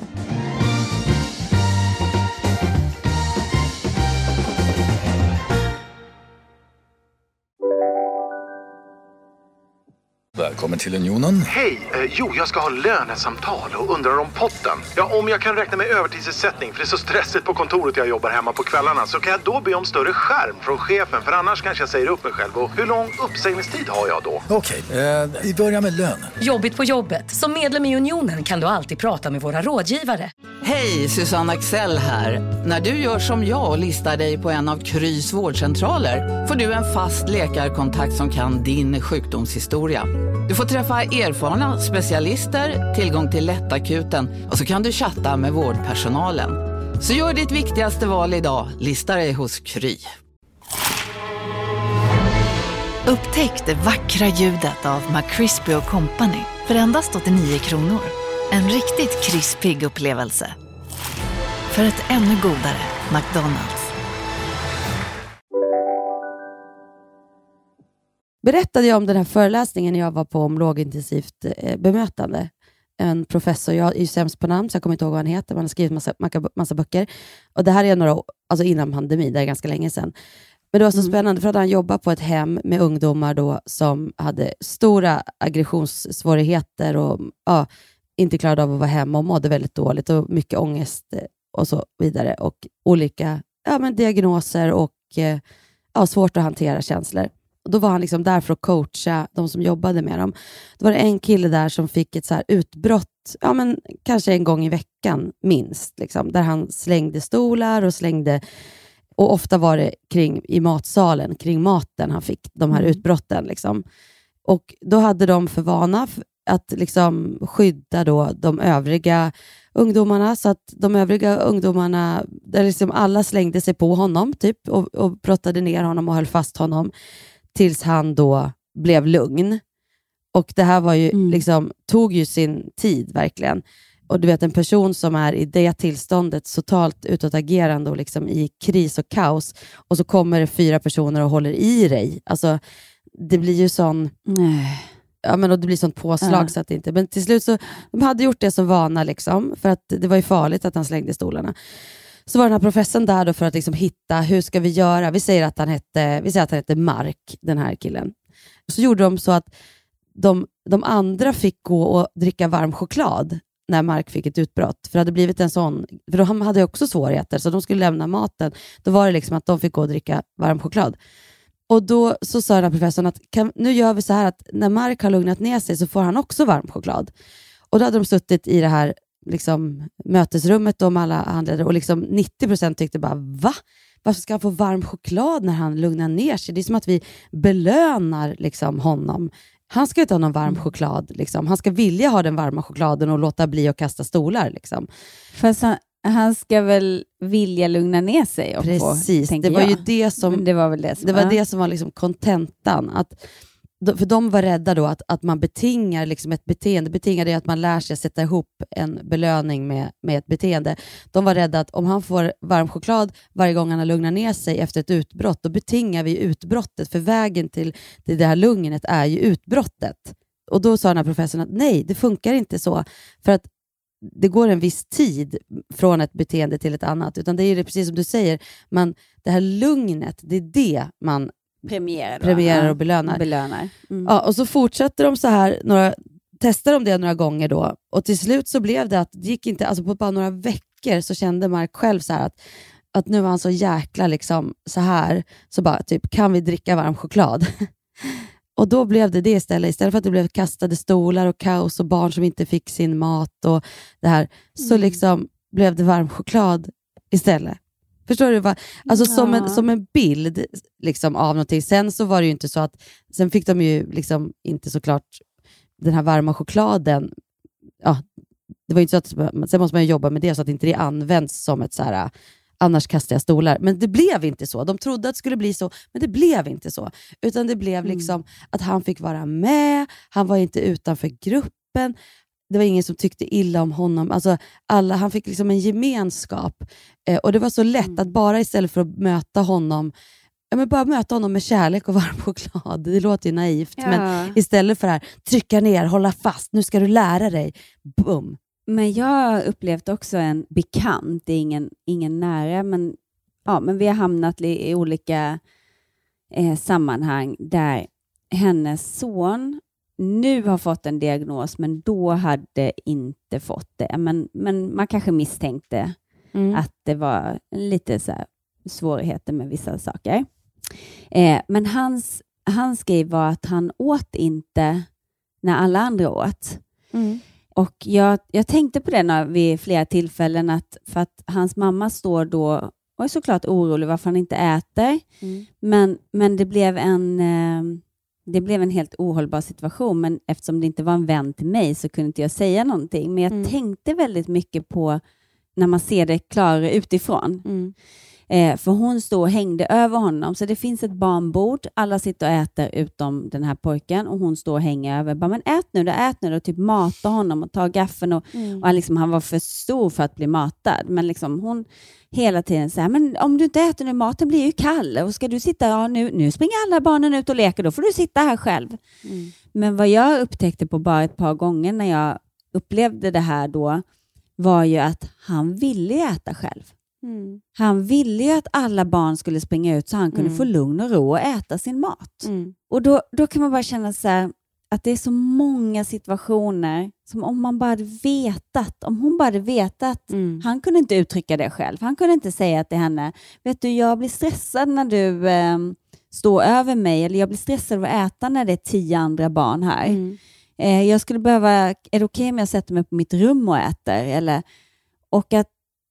Välkommen till Unionen. Hej! Eh, jo, jag ska ha lönesamtal och undrar om potten. Ja, om jag kan räkna med övertidsersättning för det är så stressigt på kontoret jag jobbar hemma på kvällarna, så kan jag då be om större skärm från chefen, för annars kanske jag säger upp mig själv. Och hur lång uppsägningstid har jag då? Okej, eh, vi börjar med lön. Jobbigt på jobbet. Som medlem i Unionen kan du alltid prata med våra rådgivare. Hej, Susanne Axel här. När du gör som jag och listar dig på en av Krys vårdcentraler får du en fast läkarkontakt som kan din sjukdomshistoria. Du får träffa erfarna specialister, tillgång till lättakuten och så kan du chatta med vårdpersonalen. Så gör ditt viktigaste val idag, lista dig hos Kry. Upptäck det vackra ljudet av McCrispy och Company för endast åttionio kronor. En riktigt krispig upplevelse. För ett ännu godare McDonald's. Berättade jag om den här föreläsningen jag var på om lågintensivt eh, bemötande. en professor, jag är ju sämst på namn så jag kommer inte ihåg vad han heter, man har skrivit massa, massa, massa böcker. Och det här är några, alltså innan pandemin, det är ganska länge sedan. Men det var så mm. spännande för att han jobbar på ett hem med ungdomar då som hade stora aggressionssvårigheter och ja, inte klarade av att vara hemma och mådde väldigt dåligt och mycket ångest och så vidare. Och olika ja, men diagnoser och ja, svårt att hantera känslor. Och då var han liksom där för att coacha de som jobbade med dem. Då var det en kille där som fick ett så här utbrott, ja men kanske en gång i veckan minst, liksom, där han slängde stolar och slängde, och ofta var det kring i matsalen, kring maten han fick de här mm. utbrotten. Liksom. Och då hade de för vana att liksom skydda då de övriga ungdomarna, så att de övriga ungdomarna, där liksom alla slängde sig på honom typ och, och brottade ner honom och höll fast honom tills han då blev lugn. Och det här var ju mm. liksom, tog ju sin tid verkligen. Och du vet, en person som är i det tillståndet totalt utåtagerande och liksom i kris och kaos, och så kommer det fyra personer och håller i dig. Alltså det blir ju sån Nej. Ja, men och det blir sånt påslag ja. så att det inte, men till slut så de hade gjort det som vana liksom, för att det var ju farligt att han slängde stolarna. Så var den här professorn där då för att liksom hitta, hur ska vi göra? Vi säger att han hette, vi säger att han hette Mark, den här killen. Så gjorde de så att de, de andra fick gå och dricka varm choklad när Mark fick ett utbrott. För det hade blivit en sån, för de hade också svårigheter så de skulle lämna maten. Då var det liksom att de fick gå och dricka varm choklad. Och då så sa den här professorn att kan, nu gör vi så här att när Mark har lugnat ner sig så får han också varm choklad. Och då hade de suttit i det här liksom, mötesrummet och alla handlade och liksom nittio procent tyckte bara, va? Varför ska han få varm choklad när han lugnar ner sig? Det är som att vi belönar liksom, honom. Han ska inte ha någon varm choklad. Liksom. Han ska vilja ha den varma chokladen och låta bli att kasta stolar. Liksom. Fast han, han ska väl vilja lugna ner sig. Och Precis, få, det var jag. ju det som det var väl det som det var, det som var liksom kontentan. Att, för de var rädda då att, att man betingar liksom ett beteende. Betingar det att man lär sig sätta ihop en belöning med, med ett beteende. De var rädda att om han får varm choklad varje gång han lugnar ner sig efter ett utbrott, då betingar vi utbrottet. För vägen till, till det här lugnet är ju utbrottet. Och då sa den här professorn att nej, det funkar inte så. För att det går en viss tid från ett beteende till ett annat. Utan det är ju precis som du säger, man, det här lugnet, det är det man Premierar, premierar och belönar. belönar. Mm. Ja, och så fortsätter de så här, några, testar de det några gånger då. Och till slut så blev det att det gick inte, alltså på bara några veckor så kände Mark själv så här att, att nu var han så jäkla liksom så här, så bara typ, kan vi dricka varm choklad? Och då blev det det istället. Istället för att det blev kastade stolar och kaos och barn som inte fick sin mat och det här, mm. så liksom blev det varm choklad istället. Förstår du? Vad? Alltså ja. som, en, som en bild liksom, av någonting. Sen så var det ju inte så att, sen fick de ju liksom inte såklart den här varma chokladen. Ja, det var ju inte så att, sen måste man ju jobba med det så att inte det används som ett så här, annars kastar jag stolar. Men det blev inte så. De trodde att det skulle bli så, men det blev inte så. Utan det blev liksom mm. att han fick vara med, han var inte utanför gruppen. Det var ingen som tyckte illa om honom. Alltså alla, han fick liksom en gemenskap. Eh, och det var så lätt mm. att bara istället för att möta honom, ja, men bara möta honom med kärlek och varm choklad. Det låter ju naivt. Ja. Men istället för det här, trycka ner, hålla fast. Nu ska du lära dig. Boom. Men jag har upplevt också en bekant. Det är ingen, ingen nära. Men, ja, men vi har hamnat i, i olika eh, sammanhang där hennes son nu har fått en diagnos, men då hade inte fått det. Men, men man kanske misstänkte mm. att det var lite så här svårigheter med vissa saker. Eh, men hans, hans grej var att han åt inte när alla andra åt. Mm. Och jag, jag tänkte på det vid flera tillfällen, att för att hans mamma står då och är såklart orolig varför han inte äter. Mm. Men, men det blev en... Eh, Det blev en helt ohållbar situation, men eftersom det inte var en vän till mig så kunde inte jag säga någonting. Men jag mm. tänkte väldigt mycket på när man ser det klarare utifrån. Mm. Eh, för hon stod och hängde över honom. Så det finns ett barnbord. Alla sitter och äter utom den här pojken. Och hon står och hänger över. Bara, men ät nu, då, ät nu. Och typ mata honom och ta gaffeln. Och, mm. och liksom, han var för stor för att bli matad. Men liksom hon hela tiden säger, men om du inte äter nu, maten blir ju kall. Och ska du sitta, ja nu, nu springer alla barnen ut och leker. Då får du sitta här själv. Mm. Men vad jag upptäckte på bara ett par gånger när jag upplevde det här då var ju att han ville äta själv. Mm. Han ville ju att alla barn skulle springa ut så han kunde mm. få lugn och ro och äta sin mat. Mm. Och då, då kan man bara känna så här, att det är så många situationer som om man bara hade vetat, om hon bara hade vetat, mm. han kunde inte uttrycka det själv. Han kunde inte säga till henne, vet du, jag blir stressad när du eh, står över mig, eller jag blir stressad av att äta när det är tio andra barn här. Mm. Eh, jag skulle behöva, är det okej om jag sätter mig på mitt rum och äter? Eller, och att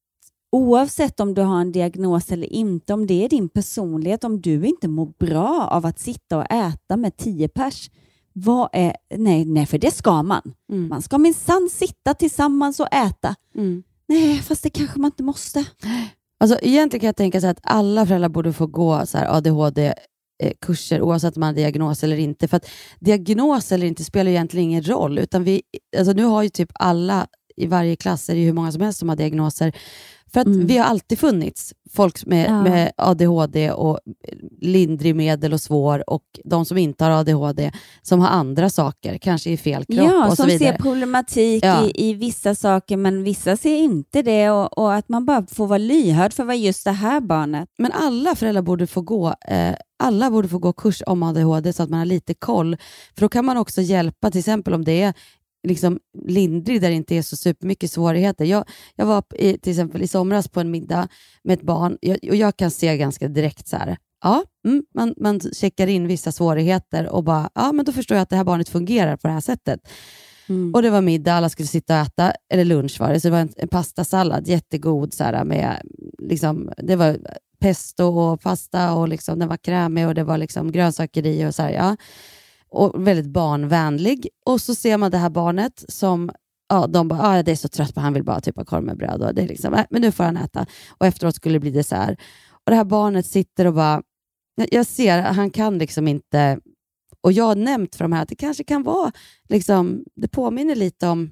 oavsett om du har en diagnos eller inte, om det är din personlighet, om du inte mår bra av att sitta och äta med tio pers, vad är, nej, nej, för det ska man. Mm. Man ska minsann sitta tillsammans och äta. Mm. Nej, fast det kanske man inte måste. Alltså egentligen kan jag tänka så att alla föräldrar borde få gå så här A D H D-kurser oavsett om man har diagnos eller inte. För att diagnos eller inte spelar egentligen ingen roll. Utan vi, alltså nu har ju typ alla i varje klass, är det ju hur många som helst som har diagnoser. För att mm. vi har alltid funnits folk med, ja. med A D H D och lindrig, medel och svår, och de som inte har A D H D som har andra saker, kanske i fel kropp ja, och så som vidare. Ser problematik ja. i, i vissa saker, men vissa ser inte det, och, och att man bara får vara lyhörd för vad just det här barnet. Men alla föräldrar borde få gå eh, alla borde få gå kurs om A D H D så att man har lite koll, för då kan man också hjälpa, till exempel om det är liksom lindrig där det inte är så supermycket svårigheter. Jag, jag var i, till exempel i somras på en middag med ett barn, jag, och jag kan se ganska direkt så här, ja, mm, man, man checkar in vissa svårigheter och bara, ja men då förstår jag att det här barnet fungerar på det här sättet. Mm. Och det var middag, alla skulle sitta och äta, eller lunch var det, så det var en, en pastasallad, jättegod så här, med liksom, det var pesto och pasta och liksom, den var krämig och det var liksom grönsaker i och så här, ja. Och väldigt barnvänlig. Och så ser man det här barnet som, ja, de bara, ah, det är så trött på, han vill bara typ ha korv med bröd. Och det är liksom, äh, men nu får han äta. Och efteråt skulle det bli dessert. Och det här barnet sitter och bara, jag, jag ser, han kan liksom inte, och jag har nämnt för de här att det kanske kan vara, liksom, det påminner lite om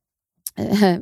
äh,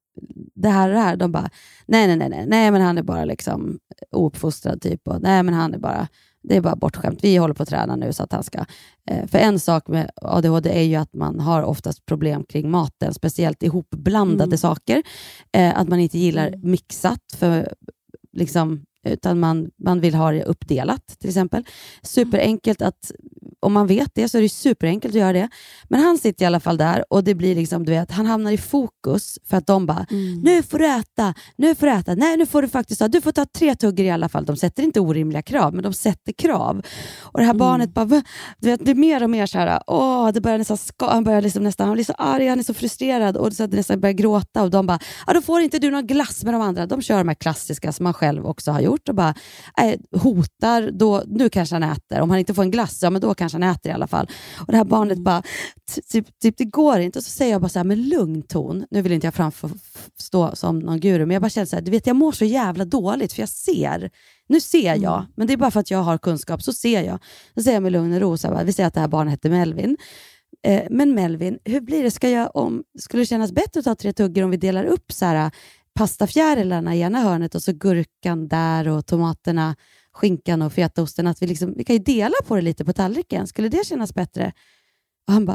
det här och det här. De bara, nej, nej, nej, nej, nej, men han är bara liksom ouppfostrad typ. Och, nej, men han är bara, det är bara bortskämt. Vi håller på att träna nu så att han ska... Eh, för en sak med A D H D är ju att man har oftast problem kring maten. Speciellt ihopblandade mm. saker. Eh, att man inte gillar mm. mixat. För, liksom, utan man, man vill ha det uppdelat till exempel. Superenkelt att... Om man vet det så är det superenkelt att göra det. Men han sitter i alla fall där och det blir liksom, du vet, han hamnar i fokus för att de bara, mm. nu får du äta, nu får du äta, nej nu får du faktiskt ta, du får ta tre tuggar i alla fall. De sätter inte orimliga krav, men de sätter krav. Och det här mm. barnet bara, du vet, det är mer och mer så här, åh, det börjar nästan, ska, han börjar liksom nästan, han blir så arg, han är så frustrerad och så att det nästan börjar gråta och de bara, ja då får inte du någon glass med de andra. De kör de här klassiska som man själv också har gjort och bara äh, hotar, då, nu kanske han äter. Om han inte får en glass, ja men då kanske han äter i alla fall. Och det här barnet bara, typ, typ det går inte. Och så säger jag bara så här med lugn ton. Nu vill inte jag framstå som någon guru, men jag bara känner så här, du vet jag mår så jävla dåligt för jag ser, nu ser jag, mm. men det är bara för att jag har kunskap, så ser jag. Så säger jag med lugn och ro, så här, vi säger att det här barnet heter Melvin. Eh, men Melvin, hur blir det? Ska jag om, skulle det kännas bättre att ta tre tuggar om vi delar upp så här pastafjärilarna i ena hörnet och så gurkan där och tomaterna, skinkan och fetaosten, att vi, liksom, vi kan ju dela på det lite på tallriken. Skulle det kännas bättre? Och han bara,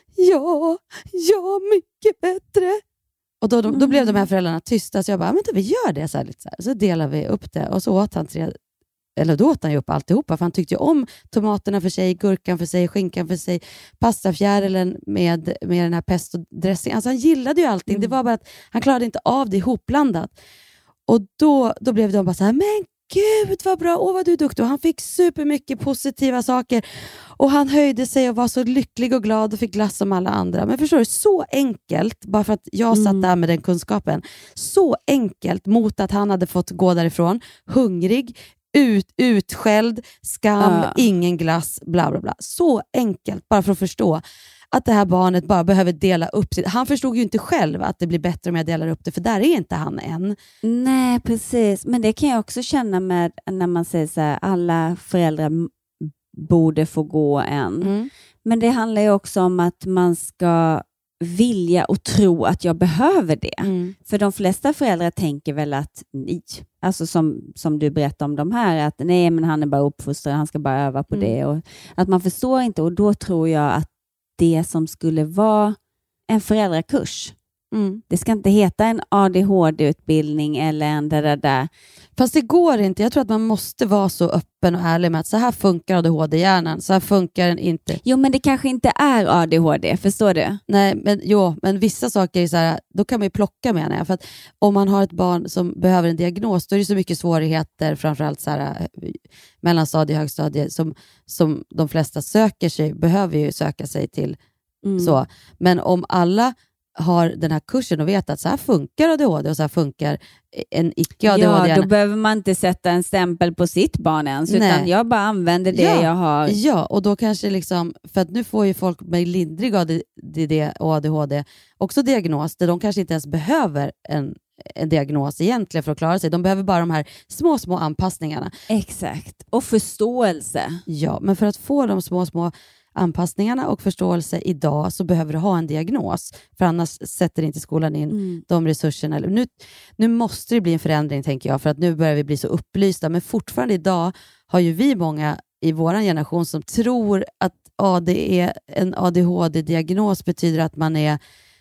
ja, ja, mycket bättre. Och då, då, då blev de här föräldrarna tysta, så jag bara, men då vi gör det så här, lite så här. Så delar vi upp det och så åt han tre, eller då åt han ju upp alltihopa, för han tyckte ju om tomaterna för sig, gurkan för sig, skinkan för sig, pastafjärilen med, med den här pesto-dressing. Alltså han gillade ju allting, mm. det var bara att han klarade inte av det ihopblandat. Och då, då blev de bara så här, men gud vad bra, åh vad du är duktig. Och han fick supermycket positiva saker. Och han höjde sig och var så lycklig och glad och fick glass som alla andra. Men förstår du, så enkelt, bara för att jag satt mm. där med den kunskapen. Så enkelt mot att han hade fått gå därifrån, hungrig, ut, utskälld, skam, uh. ingen glass, bla bla bla. Så enkelt, bara för att förstå att det här barnet bara behöver dela upp sitt. Han förstod ju inte själv att det blir bättre om jag delar upp det, för där är inte han än. Nej, precis. Men det kan jag också känna med när man säger så här, alla föräldrar m- borde få gå en. Mm. Men det handlar ju också om att man ska vilja och tro att jag behöver det. Mm. För de flesta föräldrar tänker väl att nej, alltså som, som du berättade om de här, att nej men han är bara uppfostrad, han ska bara öva på mm. det. Och att man förstår inte, och då tror jag att det som skulle vara en föräldrakurs Mm. Det ska inte heta en A D H D-utbildning eller en där, där, där. Fast det går inte. Jag tror att man måste vara så öppen och ärlig med att så här funkar A D H D-hjärnan. Så här funkar den inte. Jo, men det kanske inte är A D H D, förstår du? Nej, men, jo, men vissa saker är så här, då kan man ju plocka med det. För att om man har ett barn som behöver en diagnos, då är det så mycket svårigheter, framförallt så här, mellanstadie och högstadie, som, som de flesta söker sig, behöver ju söka sig till. Mm. Så. Men om alla har den här kursen och vet att så här funkar A D H D och så här funkar en icke-A D H D. Ja, då behöver man inte sätta en stämpel på sitt barn ens, Nej. utan jag bara använder det ja. jag har. Ja, och då kanske liksom, för att nu får ju folk med lindrig A D D och A D H D också diagnos, där de kanske inte ens behöver en, en diagnos egentligen för att klara sig. De behöver bara de här små, små anpassningarna. Exakt, och förståelse. Ja, men för att få de små, små anpassningarna och förståelse idag så behöver du ha en diagnos. För annars sätter inte skolan in mm. de resurserna. Nu, nu måste det bli en förändring, tänker jag, för att nu börjar vi bli så upplysta. Men fortfarande idag har ju vi många i vår generation som tror att A D är en A D H D-diagnos betyder att man är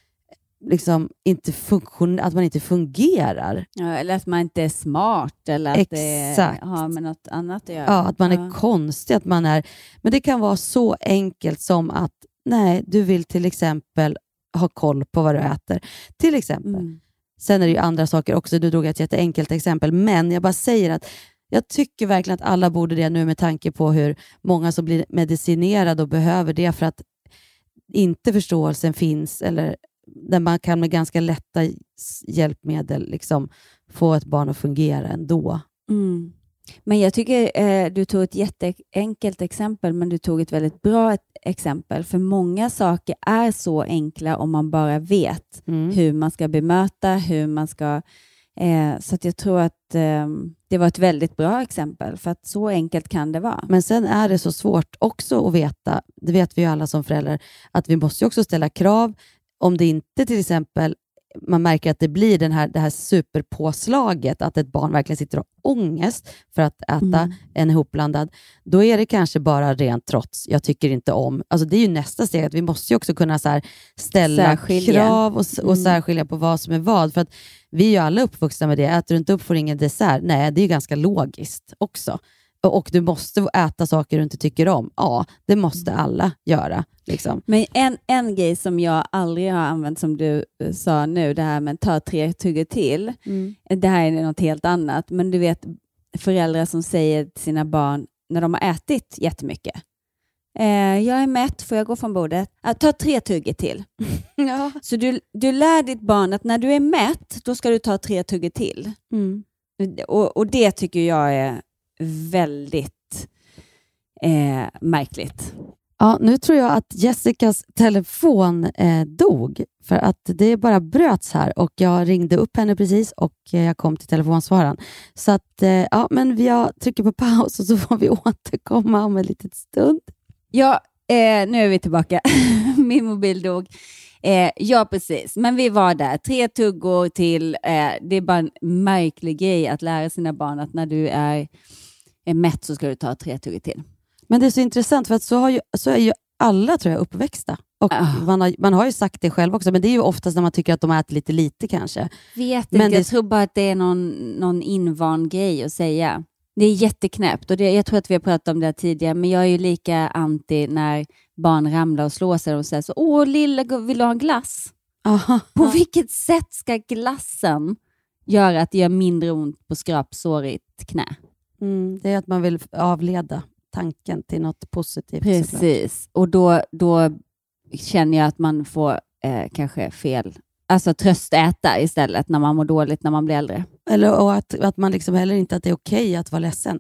liksom inte funktion, att man inte fungerar. Ja, eller att man inte är smart eller att Exakt. det har med något annat att göra. Ja, att man ja. är konstig, att man är, men det kan vara så enkelt som att nej, du vill till exempel ha koll på vad du äter. Till exempel. Mm. Sen är det ju andra saker också. Du drog ett jätteenkelt exempel, men jag bara säger att jag tycker verkligen att alla borde det nu med tanke på hur många som blir medicinerade och behöver det för att inte förståelsen finns, eller där man kan med ganska lätta hjälpmedel liksom få ett barn att fungera ändå. Mm. Men jag tycker eh, du tog ett jätteenkelt exempel, men du tog ett väldigt bra ett exempel. För många saker är så enkla om man bara vet mm. hur man ska bemöta, hur man ska... Eh, så att jag tror att eh, det var ett väldigt bra exempel, för att så enkelt kan det vara. Men sen är det så svårt också att veta, det vet vi ju alla som föräldrar, att vi måste ju också ställa krav. Om det inte till exempel man märker att det blir den här, det här superpåslaget, att ett barn verkligen sitter och ångest för att äta mm. en ihopblandad, då är det kanske bara rent trots. Jag tycker inte om. Alltså det är ju nästa steg, att vi måste ju också kunna så här ställa särskilja. krav och, och mm. särskilja på vad som är vad. För att vi är ju alla uppvuxna med det. Äter du inte upp får ingen dessert. Nej, det är ju ganska logiskt också. Och du måste äta saker du inte tycker om. Ja, det måste alla göra. Liksom. Men en, en grej som jag aldrig har använt, som du sa nu, det här med ta tre tuggor till. Mm. Det här är något helt annat. Men du vet, föräldrar som säger till sina barn när de har ätit jättemycket. Eh, jag är mätt, får jag gå från bordet? Ah, ta tre tuggor till. Ja. Så du, du lär ditt barn att när du är mätt, då ska du ta tre tuggor till. Mm. Och, och det tycker jag är väldigt eh, märkligt. Ja, nu tror jag att Jessicas telefon eh, dog, för att det bara bröts här och jag ringde upp henne precis och eh, jag kom till telefonsvararen. Så att, eh, ja, men jag trycker på paus och så får vi återkomma om en liten stund. Ja, eh, nu är vi tillbaka. Min mobil dog. Eh, ja, precis. Men vi var där. Tre tuggor till. Eh, det är bara en märklig grej att lära sina barn att när du är, är mätt så ska du ta tre tuggor till. Men det är så intressant, för att så, har ju, så är ju alla, tror jag, uppväxta. Och oh. man, har, man har ju sagt det själv också, men det är ju oftast när man tycker att de äter lite lite kanske. Vet men inte, det... jag tror bara att det är någon, någon invand grej att säga. Det är jätteknäppt och det, jag tror att vi har pratat om det tidigare, men jag är ju lika anti när barn ramlar och slår sig och säger så, åh lilla, vill du ha en glass? Aha. På vilket sätt ska glassen göra att det gör mindre ont på skrapsårigt knä? Mm, det är att man vill avleda tanken till något positivt. Precis, såklart. Och då, då känner jag att man får eh, kanske fel, alltså tröstäta istället när man mår dåligt när man blir äldre. Eller och att, att man liksom heller inte att det är okej att vara ledsen.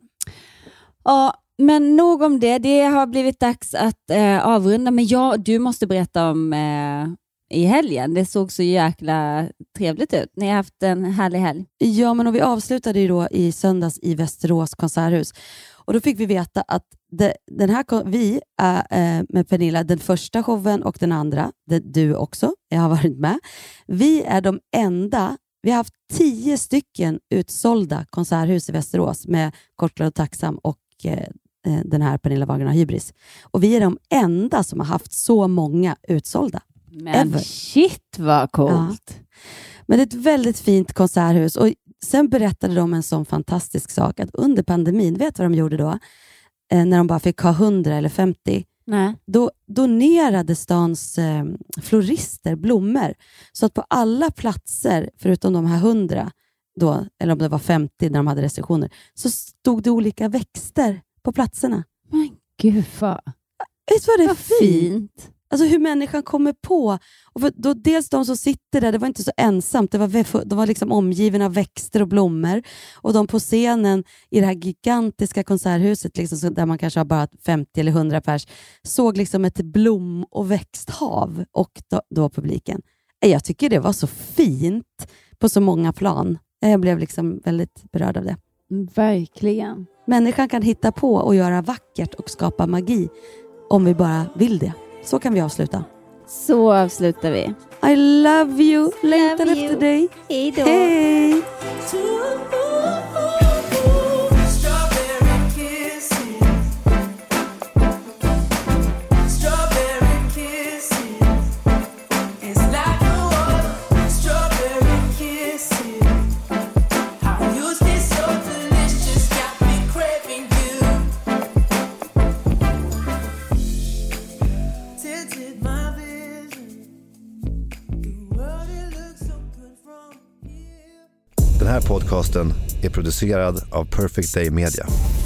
Ja, men nog om det. Det har blivit dags att eh, avrunda. Men ja, du måste berätta om eh, i helgen. Det såg så jäkla trevligt ut. Ni har haft en härlig helg. Ja, men och vi avslutade ju då i söndags i Västerås konserthus. Och då fick vi veta att det, den här, vi är äh, med Pernilla, den första showen och den andra, det, du också, jag har varit med. Vi är de enda, vi har haft tio stycken utsålda konserthus i Västerås med Kortglad och tacksam och äh, den här Pernilla Wagen Hybris. Och vi är de enda som har haft så många utsålda. Men ever. shit vad coolt. Ja. Men det är ett väldigt fint konserthus. Och sen berättade de en sån fantastisk sak att under pandemin, vet du vad de gjorde då? Eh, när de bara fick ha hundra eller femtio. Nej. Då donerade stans eh, florister blommor. Så att på alla platser, förutom de här hundra, då, eller om det var femtio när de hade restriktioner, så stod det olika växter på platserna. Men gud vad... Visst var det vad fint? fint? Alltså hur människan kommer på. Och för då, dels de som sitter där, det var inte så ensamt. Det var, de var liksom omgivna av växter och blommor. Och de på scenen i det här gigantiska konserthuset, liksom, där man kanske har bara femtio eller hundra pers, såg liksom ett blom- och växthav. Och då, då publiken. Jag tycker det var så fint på så många plan. Jag blev liksom väldigt berörd av det. Verkligen. Människan kan hitta på och göra vackert och skapa magi om vi bara vill det. Så kan vi avsluta. Så avslutar vi. I love you. Längtar efter dig. Hej då. Hej. Den här podcasten är producerad av Perfect Day Media.